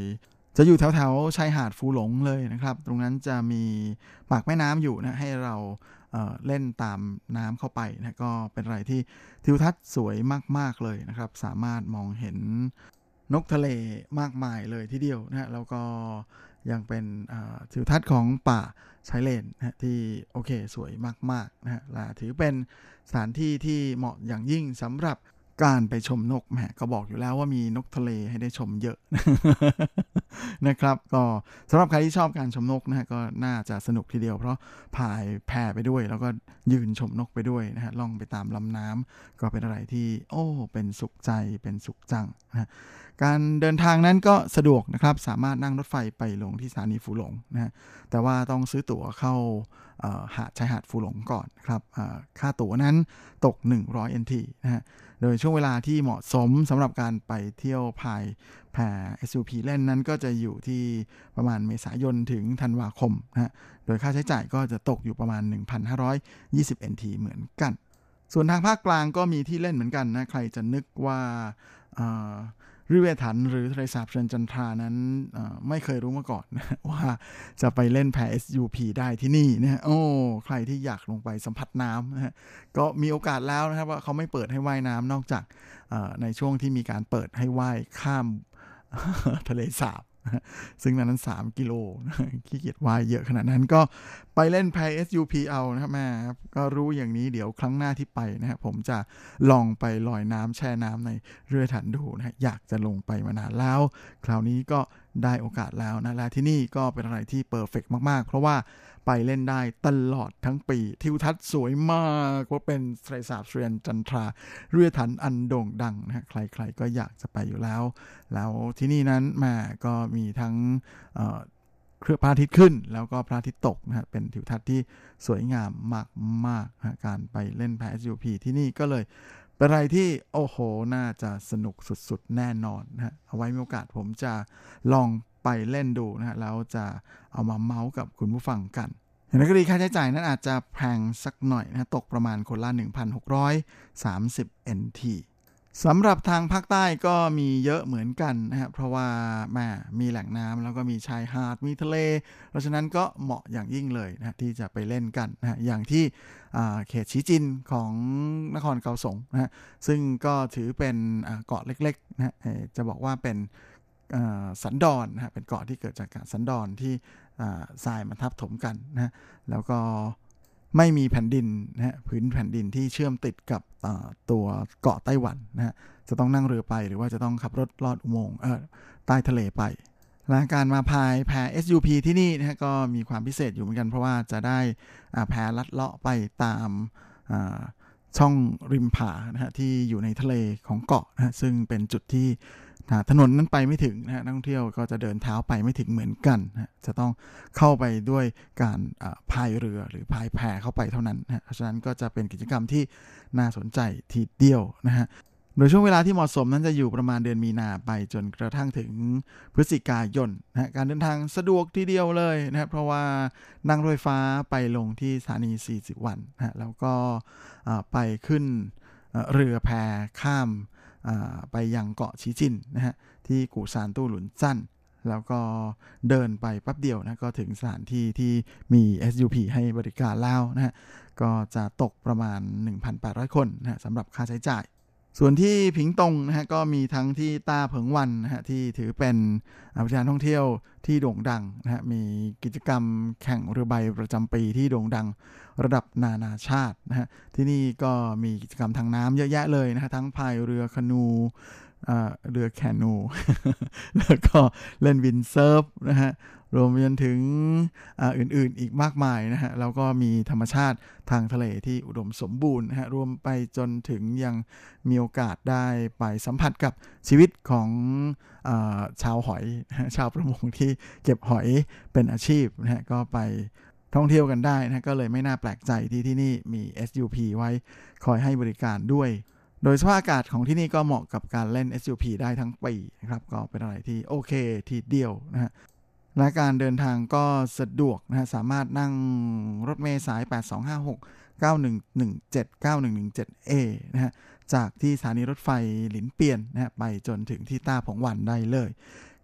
จะอยู่แถวๆชายหาดฟูหลงเลยนะครับตรงนั้นจะมีปากแม่น้ำอยู่นะให้เราเอ่อเล่นตามน้ำเข้าไปนะก็เป็นอะไรที่ทิวทัศน์สวยมากๆเลยนะครับสามารถมองเห็นนกทะเลมากมายเลยทีเดียวนะแล้วก็ยังเป็นทิวทัศน์ของป่าชายเลนนะที่โอเคสวยมากๆนะฮะและถือเป็นสถานที่ที่เหมาะอย่างยิ่งสำหรับการไปชมนกแหมก็บอกอยู่แล้วว่ามีนกทะเลให้ได้ชมเยอะ นะครับก็สำหรับใครที่ชอบการชมนกนะฮะก็น่าจะสนุกทีเดียวเพราะพายแพไปด้วยแล้วก็ยืนชมนกไปด้วยนะฮะล่องไปตามลำน้ำก็เป็นอะไรที่โอ้เป็นสุขใจเป็นสุขจังนะการเดินทางนั้นก็สะดวกนะครับสามารถนั่งรถไฟไปลงที่สถานีฟูหลงนะฮะแต่ว่าต้องซื้อตั๋วเข้าหาดชายหาดฟูหลงก่อนครับค่าตั๋วนั้นตกหนึ่งร้อย เอ็น ที นะฮะโดยช่วงเวลาที่เหมาะสมสำหรับการไปเที่ยวพายแพ เอส ยู พี เล่นนั้นก็จะอยู่ที่ประมาณเมษายนถึงธันวาคมนะฮะโดยค่าใช้จ่ายก็จะตกอยู่ประมาณ หนึ่งพันห้าร้อยยี่สิบ เอ็น ที เหมือนกันส่วนทางภาคกลางก็มีที่เล่นเหมือนกันนะใครจะนึกว่าริเวถันหรือทะเลสาบเชิญจันทรานั้นไม่เคยรู้มาก่อนนะว่าจะไปเล่นแพ เอส ยู พี ได้ที่นี่นะโอ้ใครที่อยากลงไปสัมผัสน้ำนะฮะก็มีโอกาสแล้วนะครับว่าเขาไม่เปิดให้ว่ายน้ำนอกจากในช่วงที่มีการเปิดให้ว่ายข้ามทะเลสาบซึ่งนั้นสามกิโลขี้เกียจว่ายเยอะขนาดนั้นก็ไปเล่นแพ เอส ยู พี เอานะครับแม่ก็รู้อย่างนี้เดี๋ยวครั้งหน้าที่ไปนะครับผมจะลองไปลอยน้ำแช่น้ำในเรือถันดูนะอยากจะลงไปมานานแล้วคราวนี้ก็ได้โอกาสแล้วนะและที่นี่ก็เป็นอะไรที่เพอร์เฟกต์มากๆเพราะว่าไปเล่นได้ตลอดทั้งปีทิวทัศน์สวยมากว่าเป็นทะเลสาบเชิญจันทราเรือถันอันโด่งดังนะใครๆก็อยากจะไปอยู่แล้วแล้วที่นี่นั้นมาก็มีทั้งเครือพระอาทิตย์ขึ้นแล้วก็พระอาทิตย์ตกนะเป็นทิวทัศน์ที่สวยงามมากๆนะการไปเล่นแพ เอส ยู พี ที่นี่ก็เลยเป็นอะไรที่โอ้โหน่าจะสนุกสุดๆแน่นอนนะเอาไว้มีโอกาสผมจะลองไปเล่นดูนะแล้วจะเอามาเมาส์กับคุณผู้ฟังกันอย่างไรก็ดีค่าใช้จ่ายนั้นอาจจะแพงสักหน่อยนะตกประมาณคนละ หนึ่งพันหกร้อยสามสิบ เอ็น ที สำหรับทางภาคใต้ก็มีเยอะเหมือนกันนะครับเพราะว่าแม่มีแหล่งน้ำแล้วก็มีชายหาดมีทะเลเพราะฉะนั้นก็เหมาะอย่างยิ่งเลยนะที่จะไปเล่นกันนะอย่างที่เขตชี้จินของนครเกาสงนะฮะซึ่งก็ถือเป็นเกาะเล็กๆนะจะบอกว่าเป็นสันดอนนะเป็นเกาะที่เกิดจากการสันดอนที่ทรายมาทับถมกันนะแล้วก็ไม่มีแผ่นดินนะฮะพื้นแผ่นดินที่เชื่อมติดกับตัวเกาะไต้หวันนะฮะจะต้องนั่งเรือไปหรือว่าจะต้องขับรถลอดอุโมงค์เอ่อใต้ทะเลไปและการมาพายแพ เอส ยู พี ที่นี่นะฮะก็มีความพิเศษอยู่เหมือนกันเพราะว่าจะได้แพลัดเลาะไปตามช่องริมผานะฮะที่อยู่ในทะเลของเกาะนะฮะซึ่งเป็นจุดที่ถนนนั้นไปไม่ถึงนะฮะนักท่องเที่ยวก็จะเดินเท้าไปไม่ถึงเหมือนกันนะจะต้องเข้าไปด้วยการพายเรือหรือพายแพเข้าไปเท่านั้นนะเพราะฉะนั้นก็จะเป็นกิจกรรมที่น่าสนใจทีเดียวนะฮะโดยช่วงเวลาที่เหมาะสมนั้นจะอยู่ประมาณเดือนมีนาไปจนกระทั่งถึงพฤศจิกายนนะการเดินทางสะดวกทีเดียวเลยนะเพราะว่านั่งรถไฟฟ้าไปลงที่สถานีสี่สิบวันนะแล้วก็ไปขึ้นเรือแพข้ามไปยังเกาะชีจินนะฮะที่กู่ซานตู้หลุนซั่นแล้วก็เดินไปแป๊บเดียวนะก็ถึงสถานที่ที่มี เอส ยู พี ให้บริการแล้วนะฮะก็จะตกประมาณ หนึ่งพันแปดร้อย คนนะฮะสำหรับค่าใช้จ่ายส่วนที่ผิงตงนะฮะก็มีทั้งที่ต้าเผิงวันนะฮะที่ถือเป็นอุทยานท่องเที่ยวที่โด่งดังนะฮะมีกิจกรรมแข่งเรือใบประจำปีที่โด่งดังระดับนานาชาตินะฮะที่นี่ก็มีกิจกรรมทางน้ำเยอะแยะเลยนะฮะทั้งพายเรือคานูเรือแคนู แล้วก็เล่นวินเซิร์ฟนะฮะรวมไปจนถึงอื่นๆอีกมากมายนะฮะแล้วก็มีธรรมชาติทางทะเลที่อุดมสมบูรณ์นะฮะรวมไปจนถึงยังมีโอกาสได้ไปสัมผัสกับชีวิตของอ่าชาวหอยชาวประมงที่เก็บหอยเป็นอาชีพนะฮะก็ไปท่องเที่ยวกันได้นะก็เลยไม่น่าแปลกใจที่ที่นี่มี เอส ยู พี ไว้คอยให้บริการด้วยโดยสภาพอากาศของที่นี่ก็เหมาะกับการเล่น เอส ยู พี ได้ทั้งปีนะครับก็เป็นอะไรที่โอเคทีเดียวนะฮะและการเดินทางก็สะดวกนะฮะสามารถนั่งรถเมล์สายแปดสองห้าหก เก้าหนึ่งหนึ่งเจ็ด เก้าหนึ่งหนึ่งเจ็ด เอ นะฮะจากที่สถานีรถไฟหลินเปียนนะฮะไปจนถึงที่ต้าผงหวันได้เลย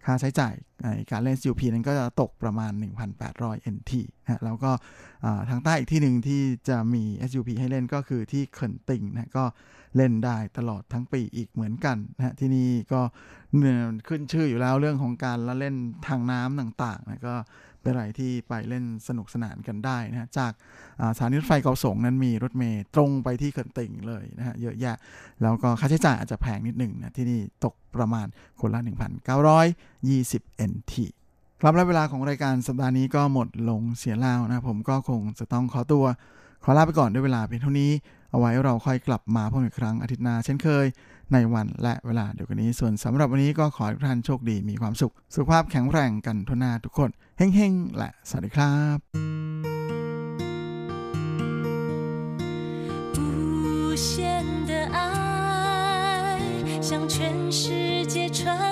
ค่าใช้จ่ายในการเล่น เอส ยู พี นั้นก็จะตกประมาณ หนึ่งพันแปดร้อย เอ็น ที นะแล้วก็ทางใต้อีกที่หนึ่งที่จะมี เอส ยู พี ให้เล่นก็คือที่เขินติ่งนะก็เล่นได้ตลอดทั้งปีอีกเหมือนกันนะที่นี่ก็ขึ้นชื่ออยู่แล้วเรื่องของการละเล่นทางน้ำต่างๆนะก็เป็นอะไรที่ไปเล่นสนุกสนานกันได้นะจากสถานีรถไฟเกาสงนั้นมีรถเมล์ตรงไปที่เขินติ่งเลยนะฮะเยอะแยะแล้วก็ค่าใช้จ่ายอาจจะแพงนิดหนึ่งนะที่นี่ตกประมาณคนละ หนึ่งพันเก้าร้อยยี่สิบ เอ็น ที ครับและเวลาของรายการสัปดาห์นี้ก็หมดลงเสียแล้วนะผมก็คงจะต้องขอตัวขอลาไปก่อนด้วยเวลาเพียงเท่านี้เอาไว้เราค่อยกลับมาพบกันอีกครั้งอาทิตย์หน้าเช่นเคยในวันและเวลาเดียวกันนี้ส่วนสำหรับวันนี้ก็ขอให้ทุกท่านโชคดีมีความสุขสุขภาพแข็งแรงกันทั่วหน้าทุกคนเฮ้งๆและสวัสดีครับ无限的爱向全世界传